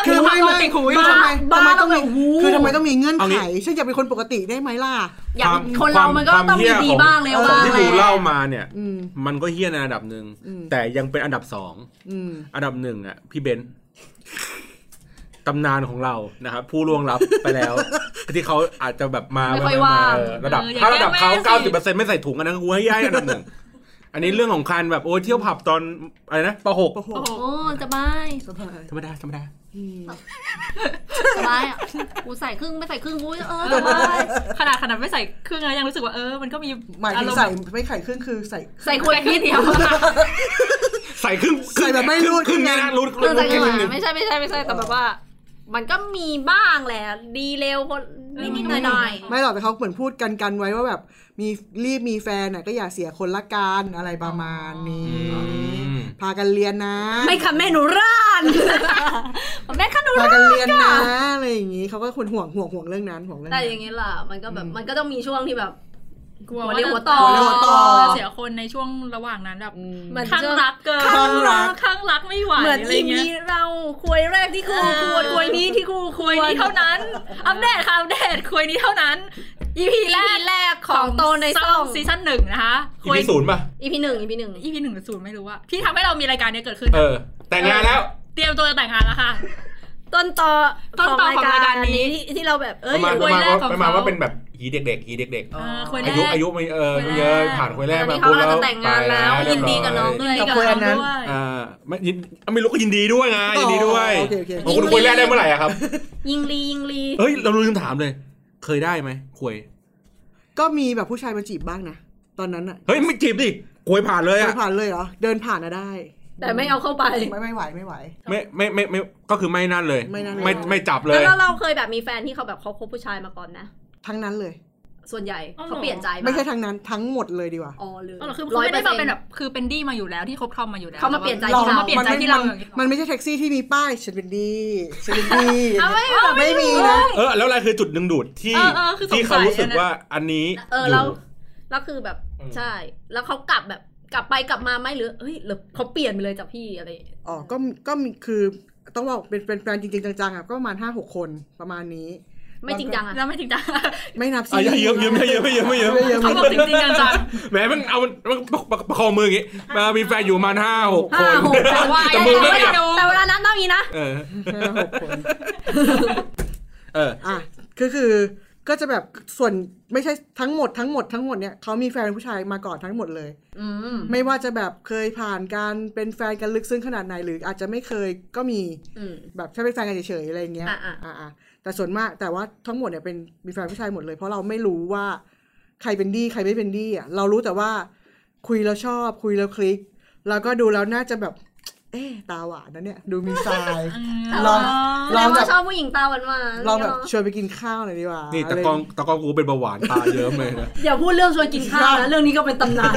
Speaker 3: คือไม่ไม่คือทำไมทำไมต้องมีคือทำไมต้องมีเงื่อนไขฉันอยากเป็นคนปกติได้ไหมล่ะ
Speaker 2: อยากคนเรามันก็ต้องมีดีบ้างเลยว่า
Speaker 1: ที่ดูเล่ามาเนี่ยมันก็เฮี้ยในอันดับหนึ่งแต่ยังเป็นอันดับสองอันดับหนึ่งอ่ะพี่เบนตำนานของเรานะครับผู้ล่วงลับไปแล้วที่เขาอาจจะแบบมาไม่มาระดับถ้าระดับเขา เก้าสิบเปอร์เซ็นต์ ไม่ใส่ถุงอันนั้นกูให้ย่ายอันดับหนึ่งอันนี้เรื่องของคันแบบโอ้เที่ยวผับตอนอะไรนะป.หก
Speaker 2: โอ้สบาย
Speaker 1: ธรรมดาธรรมดา
Speaker 2: สบายอ่ะกูใส่ครึ่งไม่ใส่ครึ่งกูเออสบาย
Speaker 4: ขนาดขนาดไม่ใส่ครึ่งแล้วยังรู้สึกว่าเออมันก็มี
Speaker 3: หมายถึงใส่ไม่ไข่ครึ่งคือใส่
Speaker 2: ใส่คนนิดเดียว
Speaker 1: ใส่ครึ่ง
Speaker 3: ใส่แบบไม่รูด
Speaker 1: ครึ่งนี่นะรูด
Speaker 2: รูดไม่ใช่ไม่ใช่ไม่ใช่แต่แบบว่ามันก็มีบ้างแหละดีเร็วคนนิดๆหน่อย
Speaker 3: ๆไม่หรอกแต่เขาเหมือนพูดกันกันไว้ว่าแบบมีรีบมีแฟนน่ะก็อย่าเสียคนละกันอะไรประมาณนี้พากันเรียนนะ
Speaker 2: ไม่ค่ะแม่หนูร้านแม่ค่ะหนูร้าน
Speaker 3: พากันเรียนนะอะไรอย่างงี้เขาก็คนห่วงห่วงห่วงเรื่องนั้นห่วงเรื่อง
Speaker 2: แต่อย่างงี้ล่ะมันก็แบบมันก็ต้องมีช่วงที่แบบ
Speaker 4: กลัวว่าหัวต่อเสียคนในช่วงระหว่างนั้นแบบข้างรักเกินข้างรักข้างรักไม่ไหว
Speaker 2: อะไรเงี้ยเราคุยแรกที่คู่คุยคุยนี้ที่คู่คุยนี้เท่านั้นอัปเดตค่ะอัปเดตคุยนี้เท่านั้น อี พี แรกแรกของโตในซ่อง
Speaker 4: ซีซั่นหนึ่งนะคะ
Speaker 1: อี พี ศูนย์ป่ะ
Speaker 2: อี พี หนึ่ง อี พี หนึ่ง
Speaker 4: อี พี หนึ่งหรือศูนย์ไม่รู้ว่าที่ทำให้เรามีรายการนี้เกิดขึ้น
Speaker 1: เออแต่งงานแล้ว
Speaker 4: เตรียมตัวจะแต่งงานแล้วค่ะ
Speaker 2: ต้นต่อต้นต่อของรายการนี้ที่เราแบบเอ้ย
Speaker 1: คุยแรกของเขาว่าเป็นแบบอีเด็กๆอีเด็กๆอายุอายุไม่เออไม่เยอะผ่านคุยแรกมา
Speaker 2: ปุ๊บแล้วแต่งงานแล้วยินดีกับน้องด้วย
Speaker 3: กับคุยอันนั้น
Speaker 1: อ่าไม่ไม่รู้ก็ยินดีด้วยไงยินดีด้วยของคุณคุยแรกได้เมื่อไหร่อะครับ
Speaker 2: ยิงลียิงลี
Speaker 1: เฮ้ยเราลืมถามเลยเคยได้ไหมคุย
Speaker 3: ก็มีแบบผู้ชายมาจีบบ้างนะตอนนั้นอะ
Speaker 1: เฮ้ยไม่จีบดิคุยผ่านเลยอะ
Speaker 3: ผ่านเลยเหรอเดินผ่านอะได้
Speaker 2: แต่ไม่เอาเข้าไป
Speaker 3: ไม่ไม่ไหวไม่ไหว
Speaker 1: ไม่ไม่ไม่ไม่ก็คือไม่นั่นเลย
Speaker 3: ไม่นั่น
Speaker 1: ไม่ไม่จับเลย
Speaker 2: แล้วเราเคยแบบมีแฟนที่เขาแบบเขาคบผู้ชายมาก่อนนะ
Speaker 3: ทั้งนั้นเลย
Speaker 2: ส่วนใหญ่เขาเปลี่ยนใจ
Speaker 3: ไม่ใช่ทั้งนั้นทั้งหมดเลยดีกว่า
Speaker 2: อ๋อเลย
Speaker 4: คือไม่ได้มาเป็นแบบคือเป็นดี้มาอยู่แล้วที่คบทอมมาอยู่แล้ว
Speaker 2: เขามาเปลี่ยนใจที่เรา
Speaker 4: มาเปลี่ยนใจที่เรา
Speaker 3: มันไม่ใช่แท็กซี่ที่มีป้ายฉันเป็นดี้ฉันเป็นดี้ไม่มีนะ
Speaker 1: เออแล้วอะไรคือจุดดึงดูดที่ที่เขารู้สึกว่าอันนี้
Speaker 2: เออแล้วแล้วคือแบบใช่แล้วเขากลับแบบกลับไปกลับมาไหมหรือเฮ้ยหรือเขาเปลี่ยนไปเลยจากพี่อะไร
Speaker 3: อ๋อก็ก็มีคือต้องบอกเป็นเป็นแฟนจริงๆจังๆอ่ะก็ประมาณ ห้าหก คนประมาณนี้
Speaker 2: ไม่จริงจังอ่ะ
Speaker 4: แล้วไม่จริงจัง
Speaker 3: ไม่นับสิ
Speaker 1: เยอะเยอะไม่เยอะไม่เยอะไม่เยอะ
Speaker 4: เขาบอกจริงๆจัง
Speaker 1: แหมมันเอามันประคองมืออย่างงี้มามีแฟนอยู่มา ห้าหก คน
Speaker 2: แต่มือไม่ขยับแต่เวลานั้นต้องมีนะ
Speaker 1: เออ
Speaker 3: ห้าหก คน
Speaker 1: เออ
Speaker 3: อ่ะคือคือก็จะแบบส่วนไม่ใช่ทั้งหมดทั้งหมดทั้งหมดเนี่ยเขามีแฟนผู้ชายมาก่อนทั้งหมดเลยไม่ว่าจะแบบเคยผ่านการเป็นแฟนกันลึกซึ้งขนาดไหนหรืออาจจะไม่เคยก็มีแบบแค่เป็นแฟนกันเฉยๆอะไรเงี้ยอ่าแต่ส่วนมากแต่ว่าทั้งหมดเนี่ยเป็นมีแฟนผู้ชายหมดเลยเพราะเราไม่รู้ว่าใครเป็นดี้ใครไม่เป็นดี้อ่ะเรารู้แต่ว่าคุยแล้วชอบคุยแล้วคลิกแล้วก็ดูแล้วน่าจะแบบเอ๊ะตาหวานนะเนี่ยดูมีทราย
Speaker 2: ลองลองแบบชอบผู้หญิงตาหวานมา
Speaker 3: ลองแบบชวนไปกินข้าวหน่อยดีกว่า
Speaker 1: นี่ตะกองตะกองกูเป็นเบาหวานตาเยอะเลยนะ
Speaker 2: อย่าพูดเรื่องชวนกินข้าวนะเรื่องนี้ก็เป็นตำนาน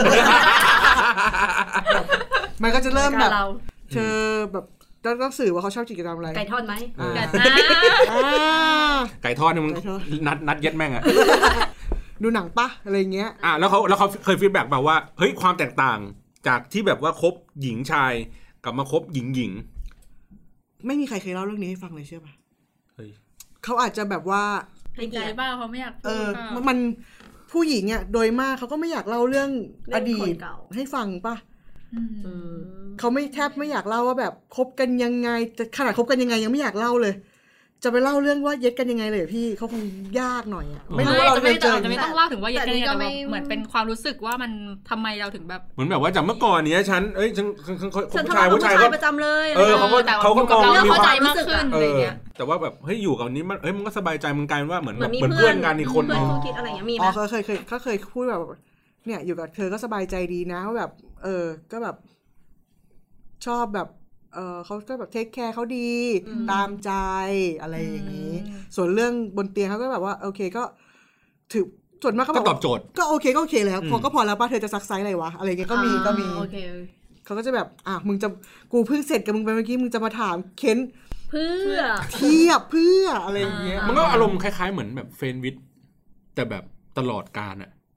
Speaker 3: มันก็จะเริ่มแบบเธอแบบต้องสื่อว่าเขาชอบกิจกรรมอะไร
Speaker 2: ไก่ทอดไหม
Speaker 1: ไก่ไก่ทอดนี่มึงนัดนัดเย็ดแม่งอะ
Speaker 3: ดูหนังปะอะไรเงี้ย
Speaker 1: อ่ะแล้วเขาแล้วเขาเคยฟีดแบ็กแบบว่าเฮ้ยความแตกต่างจากที่แบบว่าคบหญิงชายกลับมาคบหญิงหญิง
Speaker 3: ไม่มีใครเคยเล่าเรื่องนี้ให้ฟังเลยเชื่อป่ะเฮ้ยเขาอาจจะแบบว่า
Speaker 4: เป็นใจบ้าเขาไม่อยาก
Speaker 3: เออมันผู้หญิงอ่ะโดยมากเขาก็ไม่อยากเล่าเรื่องอดีตให้ฟังป่ะเขาไม่แทบไม่อยากเล่าว่าแบบคบกันยังไงจะขนาดคบกันยังไงยังไม่อยากเล่าเลยจะไปเล่าเรื่องว่าเย็ดกันยังไงเลยพี่เขาคงยากหน่อยอ่ะ
Speaker 4: ไม่รู้เราจะไม่จะไม่ต้องเล่าถึงว่าเย็ดกันยังไงแต่เหมือนเป็นความรู้สึกว่ามันทำไมเราถึงแบบ
Speaker 1: เหมือนแบบว่าจากเมื่อก่อนเนี้ยฉันเอ้ยฉัน
Speaker 2: ผู้ชายผู้ชายประจำเลย
Speaker 1: เออเขาก็เขาก็มอง
Speaker 2: มีความรู้สึกอะไรเงี้ย
Speaker 1: แต่ว่าแบบเฮ้ยอยู่กับนี้มันเฮ้ยมันก็สบายใจมันกลายเป็นว่าเหมือนเหมือนเพื่อนกันอีกคนนึง
Speaker 2: คิดอะไรอย่างเงี้ยมีไหม
Speaker 3: อ๋อเคยเคยเขาเคยพูดแบบเนี่ยอยู่กับเธอก็สบายใจดีนะว่าแบบเออก็แบบชอบแบบเออเขาก็แบบเทคแคร์เขาดีตามใจอะไรอย่างนี้ส่วนเรื่องบนเตียงเขาก็แบบว่าโอเคก็ถือส่วนมากเขาบอก
Speaker 1: ตอบโจทย์
Speaker 3: ก็โอเคก็โอเคแล้วพอก็พอแล้วป้าเธอจะซักไซส์อะไรวะอะไรเงี้ยก็มีก็มีเขาก็จะแบบอ่ะมึงจะกูเพิ่งเสร็จกับมึงไปเมื่อกี้มึงจะมาถามเค้น
Speaker 2: เพื่อ
Speaker 3: เทียบเพื่ออะไรอย่างเงี้ย
Speaker 1: มันก็อารมณ์คล้ายๆเหมือนแบบเฟรนด์วิดแต่แบบตลอดกาลอ่ะ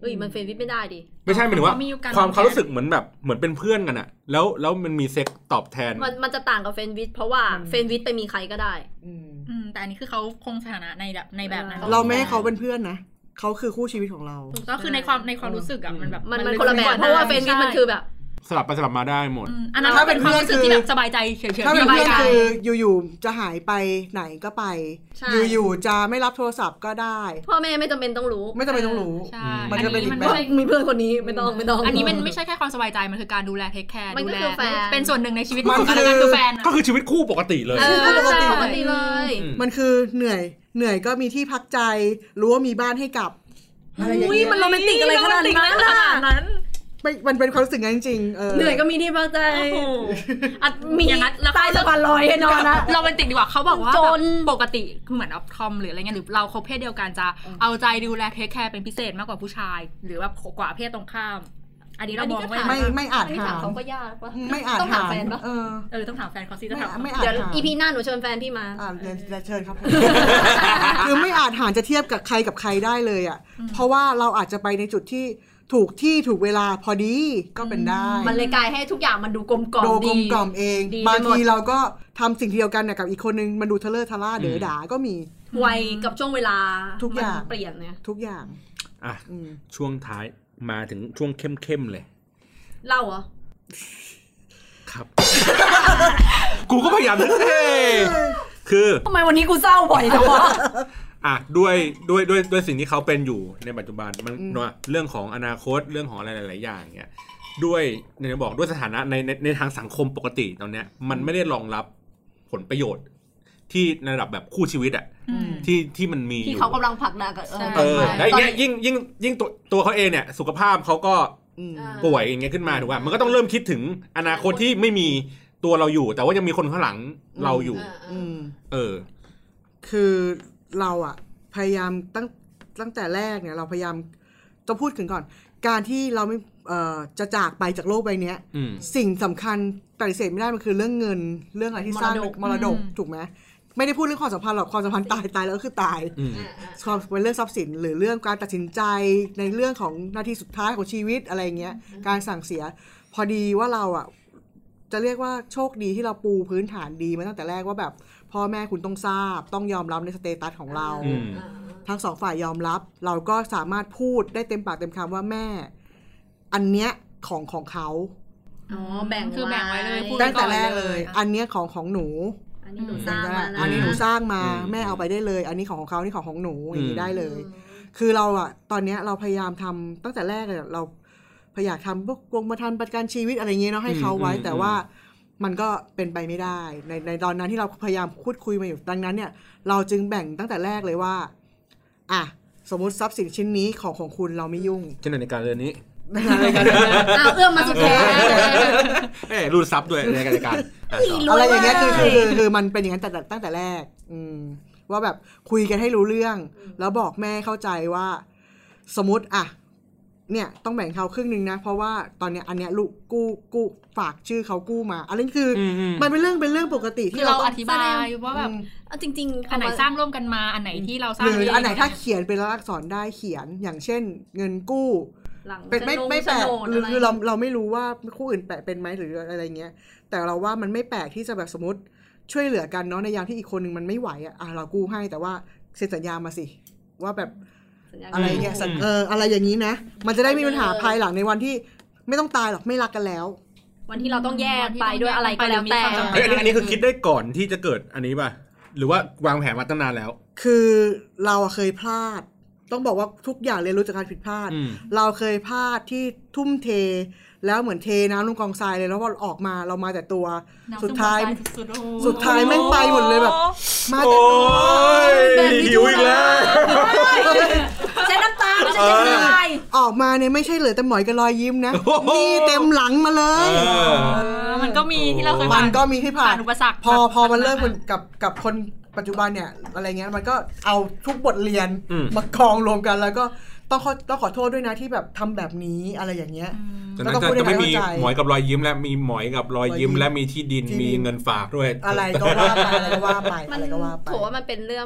Speaker 2: เอ้ยมันเฟรนด์วิทไม่ได้ดิ
Speaker 1: ไม่ใช่หมายถึงว่าความความรู้สึกเหมือนแบบเหมือนเป็นเพื่อนกันอะแล้วแล้วมันมีเซ็กตอบแทน
Speaker 2: มันมันจะต่างกับเฟรนด์วิทเพราะว่าเฟรนด์วิทไปมีใครก็ได้
Speaker 4: อืมแต่อันนี้คือเขาคงสถานะในแบบในแบบนั้น
Speaker 3: เราไม่ให้เขาเป็นเพื่อนนะเขาคือคู่ชีวิตของเรา
Speaker 4: ก็คือในความในความรู้สึกอะมันแบบ
Speaker 2: มันมันคนละแบบเพราะว่าเฟรนด์วิทมันคือแบบ
Speaker 1: สลับไปสลับมาได้หมด
Speaker 4: อันนั้นถ้าเป็นความรู้สึกที่แบบสบายใจเฉยๆ
Speaker 3: ถ้าเป็นเพื่อนคืออยู่ๆจะหายไปไหนก็ไปอยู่ๆจะไม่รับโทรศัพท์ก็ได้
Speaker 2: พ่อแม่ไม่จำเป็นต้องรู้
Speaker 3: ไม่จำเป็นต้องรู้
Speaker 4: มัน
Speaker 3: จะเป็นอีกแบบ
Speaker 2: มีเพื่อนคนนี้ไม่ต้องไม่ต้อง
Speaker 4: อันนี้มันไม่ใช่แค่ความสบายใจมันคือการดูแลเทคแคร์
Speaker 2: ดูแล
Speaker 4: เป็นส่วนหนึ่งในชีวิตของกันและกันคือแฟน
Speaker 1: ก็คือชีวิตคู่ปกติเลย
Speaker 2: ปกติปกติเลย
Speaker 3: มันคือเหนื่อยเหนื่อยก็มีที่พักใจรู้ว่ามีบ้านให้กลับ
Speaker 2: อุ้ยมันโรแมนติกอะไรขนาดนั้น
Speaker 3: ไม่มันเป็นความรู้สึกงั้นจริงๆ
Speaker 2: เหนื่อยก็มีที่พักใจอัดมีอย่างนั้นใต้สะพานลอยให้นอนนะ
Speaker 4: เราเป็นติดดีกว่าเขาบอกว่าปกติคือเหมือนทอมหรืออะไรเงี้ยหรือเราคบเพศเดียวกันจะเอาใจดูแลเทคแคร์เป็นพิเศษมากกว่าผู้ชายหรือว่ากว่าเพศตรงข้ามอันนี้เรามองว่า
Speaker 3: ไม่ไม่อาจถาม
Speaker 2: เขาก็ยากปะ
Speaker 3: ไม่อาจ
Speaker 2: ต้องถามแฟนปะ
Speaker 4: เออเออต้องถามแฟนเขาสิจะถาม
Speaker 2: เดี๋ยวอีพีหน้าหนูเชิญแฟนพี่มา
Speaker 3: อ่าเชิญครับคือไม่อาจหารจะเทียบกับใครกับใครได้เลยอ่ะเพราะว่าเราอาจจะไปในจุดที่ถูกที่ถูกเวลาพอดีก็เป็นได้
Speaker 2: มันเลยกลายให้ทุกอย่างมันดูกลมกล่อม
Speaker 3: ดีดูกลมกล่อมเองบางทีเราก็ทำสิ่งเดียวกันกับอีกคนนึงมันดูทะเลาะทะล่าเดือดาก็มี
Speaker 2: วัยกับช่วงเวลา
Speaker 3: ทุกอย่าง
Speaker 2: เปลี่ยนเนี่ย
Speaker 3: ทุกอย่าง
Speaker 1: อ่ะช่วงท้ายมาถึงช่วงเข้มๆเลย
Speaker 2: เล่าเหรอ
Speaker 1: ครับกูก็พยายามจะเท่คือ
Speaker 2: ทำไมวันนี้กูเศร้าบ่อยจังวะ
Speaker 1: อ่ะด้วยด้วยด้วยด้วยสิ่งที่เขาเป็นอยู่ในปัจจุบันมันเรื่องของอนาคตเรื่องของอะไรหลายๆอย่างเงี้ยด้วยเนี่ยบอกด้วยสถานะในในในทางสังคมปกติตอนเนี้ยมันไม่ได้รองรับผลประโยชน์ที่ในระดับแบบคู่ชีวิตอ่ะที่ที่มันมี
Speaker 2: ที่เขากำลังผลักดันกัน
Speaker 1: เออแล้วอย่างเงี้ยยิ่งยิ่งยิ่งตัวตัวเขาเองเนี่ยสุขภาพเขาก็ป่วยอย่างเงี้ยขึ้นมาถูกป่ะมันก็ต้องเริ่มคิดถึงอนาคตที่ไม่มีตัวเราอยู่แต่ว่ายังมีคนข้างหลังเราอยู่เออ
Speaker 3: คือเราอะพยายามตั้งตั้งแต่แรกเนี่ยเราพยายามจะพูดถึงก่อนการที่เราไม่จะจากไปจากโลกใบนี้สิ่งสำคัญปฏิเสธไม่ได้มันคือเรื่องเงินเรื่องอะไรที่สร้างมรดกถูกไหมไม่ได้พูดเรื่องความสัมพันธ์หรอกความสัมพันธ์ตายตายแล้วก็คือตายความเป็นเรื่องทรัพย์สินหรือเรื่องการตัดสินใจในเรื่องของนาทีสุดท้ายของชีวิตอะไรเงี้ยการสั่งเสียพอดีว่าเราอะจะเรียกว่าโชคดีที่เราปูพื้นฐานดีมาตั้งแต่แรกว่าแบบพ่อแม่คุณต้องทราบต้องยอมรับในสเตตัสของเราทั้งสองฝ่ายยอมรับเราก็สามารถพูดได้เต็มปากเต็มคำว่าแม่อันเนี้ยของของเขา
Speaker 2: อ๋อแบ่ง
Speaker 4: คือแบ่งไว้เลย
Speaker 3: ตั้งแต่แรกเลยอันเนี้ยของของหนู
Speaker 2: อันนี้หนูสร้างมา
Speaker 3: อันนี้หนูสร้างมาแม่เอาไปได้เลยอันนี้ของของเขานี่ของของหนูอย่างนี้ได้เลยคือเราอะตอนเนี้ยเราพยายามทำตั้งแต่แรกเลยเราพยายามทำพวกกรมธรรม์ประกันชีวิตอะไรเงี้ยเนาะให้เขาไว้แต่ว่ามันก็เป็นไปไม่ได้ในในตอนนั้นที่เราพยายามพูดคุยมาอยู่ดังนั้นเนี่ยเราจึงแบ่งตั้งแต่แรกเลยว่าอ่ะสมมุติทรัพย์สินชิ้นนี้ของของคุณเราไม่ยุ่ง
Speaker 1: เช่นในการเรื่องนี้
Speaker 2: เอาเอื้อมมาสุดแท้
Speaker 1: เอ้รูดซับด้วยในรายการ
Speaker 3: อะไรอย่างเงี้ยคือคือคือมันเป็นอย่างนั้นแต่ตั้งแต่แรกอืมว่าแบบคุยกันให้รู้เรื่องแล้วบอกแม่เข้าใจว่าสมมติอ่ะเนี่ยต้องแบ่งเขาครึ่งนึงนะเพราะว่าตอนเนี้ยอันเนี้ยลูกกู้กู้ฝากชื่อเขากู้มาอันนี้คือมันเป็นเรื่องเป็นเรื่องปกติที่
Speaker 4: เราอธิบายว่าแบบจริงๆอันไหนสร้างร่วมกันมาอันไหนที่เราสร้าง
Speaker 3: หรืออันไหนถ้าเขียนเป็นลักษณอักษรได้เขียนอย่างเช่นเงินกู้เป็นไม่ไม่แปลกหรือคือเราเราไม่รู้ว่าคู่อื่นแปลกเป็นไหมหรืออะไรเงี้ยแต่เราว่ามันไม่แปลกที่จะแบบสมมติช่วยเหลือกันเนาะในยามที่อีกคนนึงมันไม่ไหวอ่ะเรากู้ให้แต่ว่าเซ็นสัญญามาสิว่าแบบอะไรเงี้ยเอออะไรอย่างนี้นะมันจะได้มีปัญหาภายหลังในวันที่ไม่ต้องตายหรอกไม่รักกันแล้ว
Speaker 2: วันที่เราต้องแยกไปด้วยอะไรก็แล้วแต่
Speaker 1: อันนี้คือคิดได้ก่อนที่จะเกิดอันนี้ป่ะหรือว่าวางแผนมาตั้งนานแล้ว
Speaker 3: คือเราเคยพลาดต้องบอกว่าทุกอย่างเรียนรู้จากการผิดพลาดเราเคยพลาดที่ทุ่มเทแล้วเหมือนเทน้ำลงกองทรายเลยแล้วพอออกมาเรามาแต่ตัวสุดท้ายสุดท้ายแม่งไปหมดเลยแบบมาแต่ตัว
Speaker 1: แบบหิวอีกแล้ว
Speaker 2: ใช้น้ำตาไม่ใช่น้ำลาย
Speaker 3: ออกมาเนี่ยไม่ใช่เหลือแต่หมอยกับรอยยิ้มนะมีเต็มหลังมาเลย
Speaker 4: มันก็มีที่เราเคย
Speaker 3: มันก็มีที่ผ่าน
Speaker 4: อุปสรรค
Speaker 3: พอพอมันเริ่มกับกับคนปัจจุบันเนี่ยอะไรเงี้ยมันก็เอาทุกบทเรียนมากองรวมกันแล้วก็ต้องขอต้องขอโทษด้วยนะที่แบบทำแบบนี้อะไรอย่างเงี้ย
Speaker 1: ก็ต้องพูดให้ไม่มีหมอยกับรอยยิ้มและมีหมอยกับรอยยิ้มและมีที่ดินมีเงินฝากด้วย
Speaker 3: อะไรก็ว่าไปอะไรก็ว่าไปอะไรก็ว่าไป
Speaker 2: ถือว่ามันเป็นเรื่องแบบ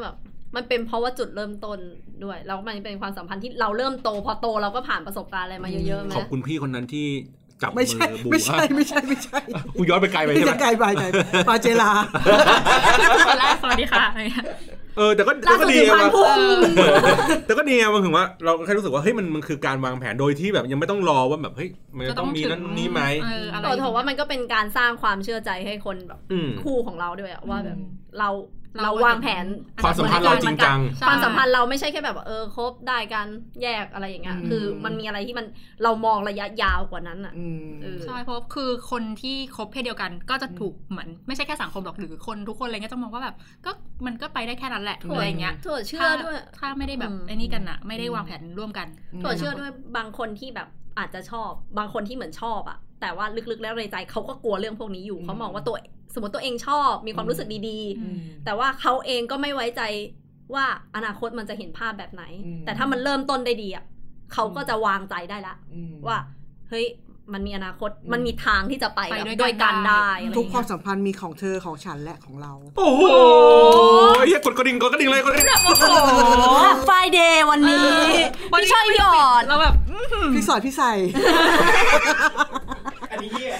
Speaker 2: มันเป็นเพราะว่าจุดเริ่มต้นด้วยแล้วมันเป็นความสัมพันธ์ที่เราเริ่มโตพอโตเราก็ผ่านประสบการณ์อะไรมาเยอะๆไหม
Speaker 1: ขอบคุณพี่คนนั้นที่จับมือ
Speaker 3: ไม่ใช่ไม่ใช่ไม่ใช่ไม่ใช่
Speaker 1: กูย้อนไปไกลไปใช่ไหม
Speaker 3: ไกลไปไกลปาเจลา
Speaker 4: สวัสดีค่ะ
Speaker 1: เออแต่ก็ก็ดีว่าแต่ก็ดีมันถึงว่าเราแค่รู้สึกว่าเฮ้ยมันมันคือการวางแผนโดยที่แบบยังไม่ต้องรอว่าแบบเฮ้ยมันต้องมีนั้นนี้ไหม
Speaker 2: แต่ถือว่ามันก็เป็นการสร้างความเชื่อใจให้คนแบบคู่ของเราด้วยว่าแบบเราเราวางแผน
Speaker 1: ความสัมพันธ์เราจริงจัง
Speaker 2: ความสัมพันธ์เราไม่ใช่แค่แบบเออคบได้กันแยกอะไรอย่างเงี้ยคือมันมีอะไรที่มันเรามองระยะยาวกว่านั้นอ่ะ
Speaker 4: ใช่เพราะคือคนที่คบเพศเดียวกันก็จะถูกเหมือนไม่ใช่แค่สังคมหรอกหรือคนทุกคนอะไรเงี้ยจะมองว่าแบบก็มันก็ไปได้แค่นั้นแหละอะไรเงี้ย
Speaker 2: ถั่วเชื่อด้วย
Speaker 4: ถ้าไม่ได้แบบไอ้นี่กันอะไม่ได้วางแผนร่วมกัน
Speaker 2: ถั่วเชื่อด้วยบางคนที่แบบอาจจะชอบบางคนที่เหมือนชอบอะแต่ว่าลึกๆแล้วในใจเขาก็กลัวเรื่องพวกนี้อยู่เขามองว่าตัวสมมติตัวเองชอบมีความรู้สึกดีๆแต่ว่าเขาเองก็ไม่ไว้ใจว่าอนาคตมันจะเห็นภาพแบบไหนแต่ถ้ามันเริ่มต้นได้ดีอ่ะเขาก็จะวางใจได้ละว่าเฮ้ยมันมีอนาคตมันมีทางที่จะไปด้วยกันได้
Speaker 3: ทุกความสัมพันธ์มีของเธอของฉันและของเรา
Speaker 1: โอ้โหเฮียกดกระดิ่งกดกระดิ่งเลยกดกระดิ่ง
Speaker 2: โอ้โหไฟเดย์วันนี้พี่ช่อยพี่ออด
Speaker 4: เราแบบ
Speaker 3: พี่สอดพี่ใส่
Speaker 1: อันนี้เฮีย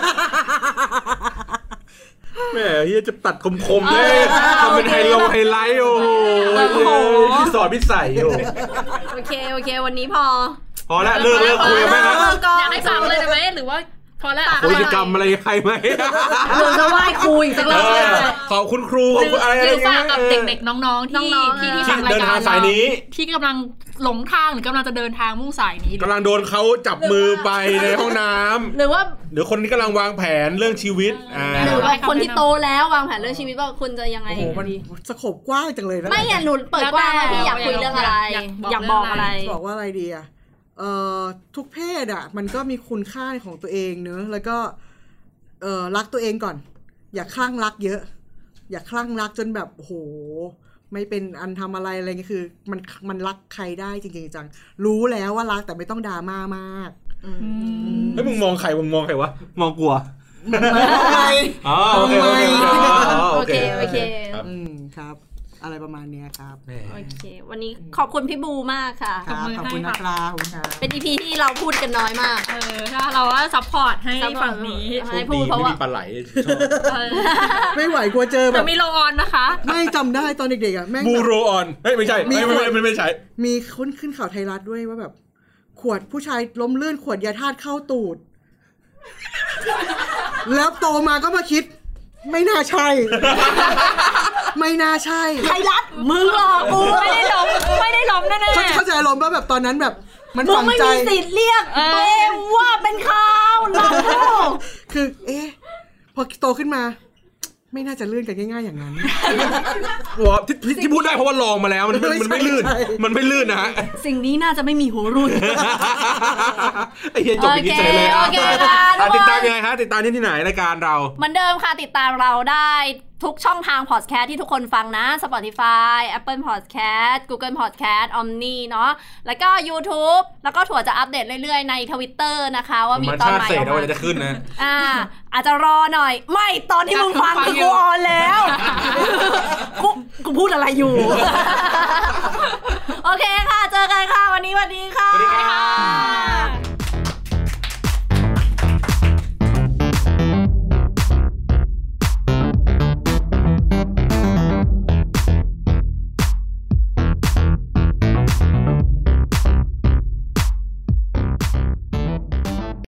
Speaker 1: แหมเฮียจะตัดคมๆเลยทำเป็นไฮโลไฮไลท์โอ้โหพี่สอดพี่ใส่อยู่
Speaker 2: โอเคโอเควันนี้พอ
Speaker 1: พอแล้วเลิกเลิกคุยไหมครับ
Speaker 4: อยากให้ฟังเลยได้ไหมหรือว่าพอแล้ว
Speaker 1: กิจกรรมอะไรใครไหม
Speaker 2: หรือจะไหว้ครูอีกสักรอบ
Speaker 1: ขอบคุณครูขอบคุณอะไรอะไร
Speaker 4: เงี้ยกับเด็กๆน้องๆที่ที่ที่ฟังรายการเราที่กำลังหลงทางหรือกำลังจะเดินทางมุ่งสายนี้
Speaker 1: กำลังโดนเขาจับมือไปในห้องน้
Speaker 2: ำหรือว่า
Speaker 1: หรือคนที่กำลังวางแผนเรื่องชีวิต
Speaker 2: หรือว่าคนที่โตแล้ววางแผนเรื่องชีวิตว่าคุณจะยังไง
Speaker 3: โอ้โหมันสโคปกว้างจังเลยนะ
Speaker 2: ไม่อย่าหนุนเปิดกว้างพี่อยากคุยเรื่องอะไรอยากบอกอะไร
Speaker 3: บอกว่าอะไรดีอะเอ่อทุกเพศอ่ะมันก็มีคุณค่าของตัวเองเนอะแล้วก็เอ่อรักตัวเองก่อนอย่าคลั่งรักเยอะอย่าคลั่งรักจนแบบโหไม่เป็นอันทำอะไรอะไรเงี้ยคือมันมันรักใครได้จริงๆจังรู้แล้วว่ารักแต่ไม่ต้องดราม่ามาก
Speaker 1: เฮ้ยมึงมองใครมึงมองใครวะมองกลัว
Speaker 3: ไม่
Speaker 1: อ๋อโอเคโอเค
Speaker 2: โอเคโอเค
Speaker 3: อืมครับอะไรประมาณนี้ครับ
Speaker 2: โอเควันนี้ขอบคุณพี่บูมากค่ะ
Speaker 3: ขอบคุณนะครับ
Speaker 2: เป็น อี พี ที่เราพูดกันน้อยมาก
Speaker 4: เออถ้าเราว่าซัพพอร์ตให้ฝั่งนี้
Speaker 1: ให้พูดเพราะว่ามีปลาไหล
Speaker 3: ไม่ไหวกลัวเจอแบบ
Speaker 4: มีโรออนนะคะ
Speaker 3: ไม่จำได้ตอนเด็กๆอ่ะแม่ง
Speaker 1: บูโรออนเฮ้ยไม่ใช่ไม่ไม่ไม่ใช่
Speaker 3: มีขึ้นขึ้นข่าวไทยรัฐด้วยว่าแบบขวดผู้ชายล้มลื่นขวดยาธาตุเข้าตูดแล้วโตมาก็มาคิดไม่น่าใช่ไม่น่าใช่
Speaker 2: ไทยรัฐมึงหลอกกู
Speaker 4: ไม่ได้ล้มไม่ได้ล้มแน่ๆ
Speaker 3: เข้าใจอารมณ์ว่าแบบตอนนั้นแบบมันฝังใจ
Speaker 2: มึงไม่มีสิทธิ์เรียกตัวเองว่าเป็นข่าวเรา
Speaker 3: คือเอ๊ะพอโตขึ้นมาไม่น่าจะลื่นกันง่ายๆอย่างนั้น
Speaker 1: ว่าที่ที่พูดได้เพราะว่าลองมาแล้วมันมันไม่ลื่นมันไม่ลื่นนะฮะ
Speaker 2: สิ่งนี้น่าจะไม่มีหัวรุ่น
Speaker 1: ไอ้เหี้ยจบอย่างนี้เฉยเลยติดตามยังไงฮะติดตามที่ที่ไหนรายการเรา
Speaker 2: เหมือนเดิมค่ะติดตามเราได้ทุกช่องทางพอดแคสต์ที่ทุกคนฟังนะ Spotify Apple Podcast Google Podcast Omni เนาะแล้วก็ YouTube แล้วก็ถั่วจะอัปเดตเรื่อยๆใน Twitter นะคะว่ามีตอนใหม่ออก
Speaker 1: มาจะขึ้นนะ
Speaker 2: อ่าอาจจะรอหน่อยไม่ตอนที่มึงฟังคือกูออนแล้วกูกูพูดอะไรอยู่โอเคค่ะเจอกันค่ะวันนี้สวัสดี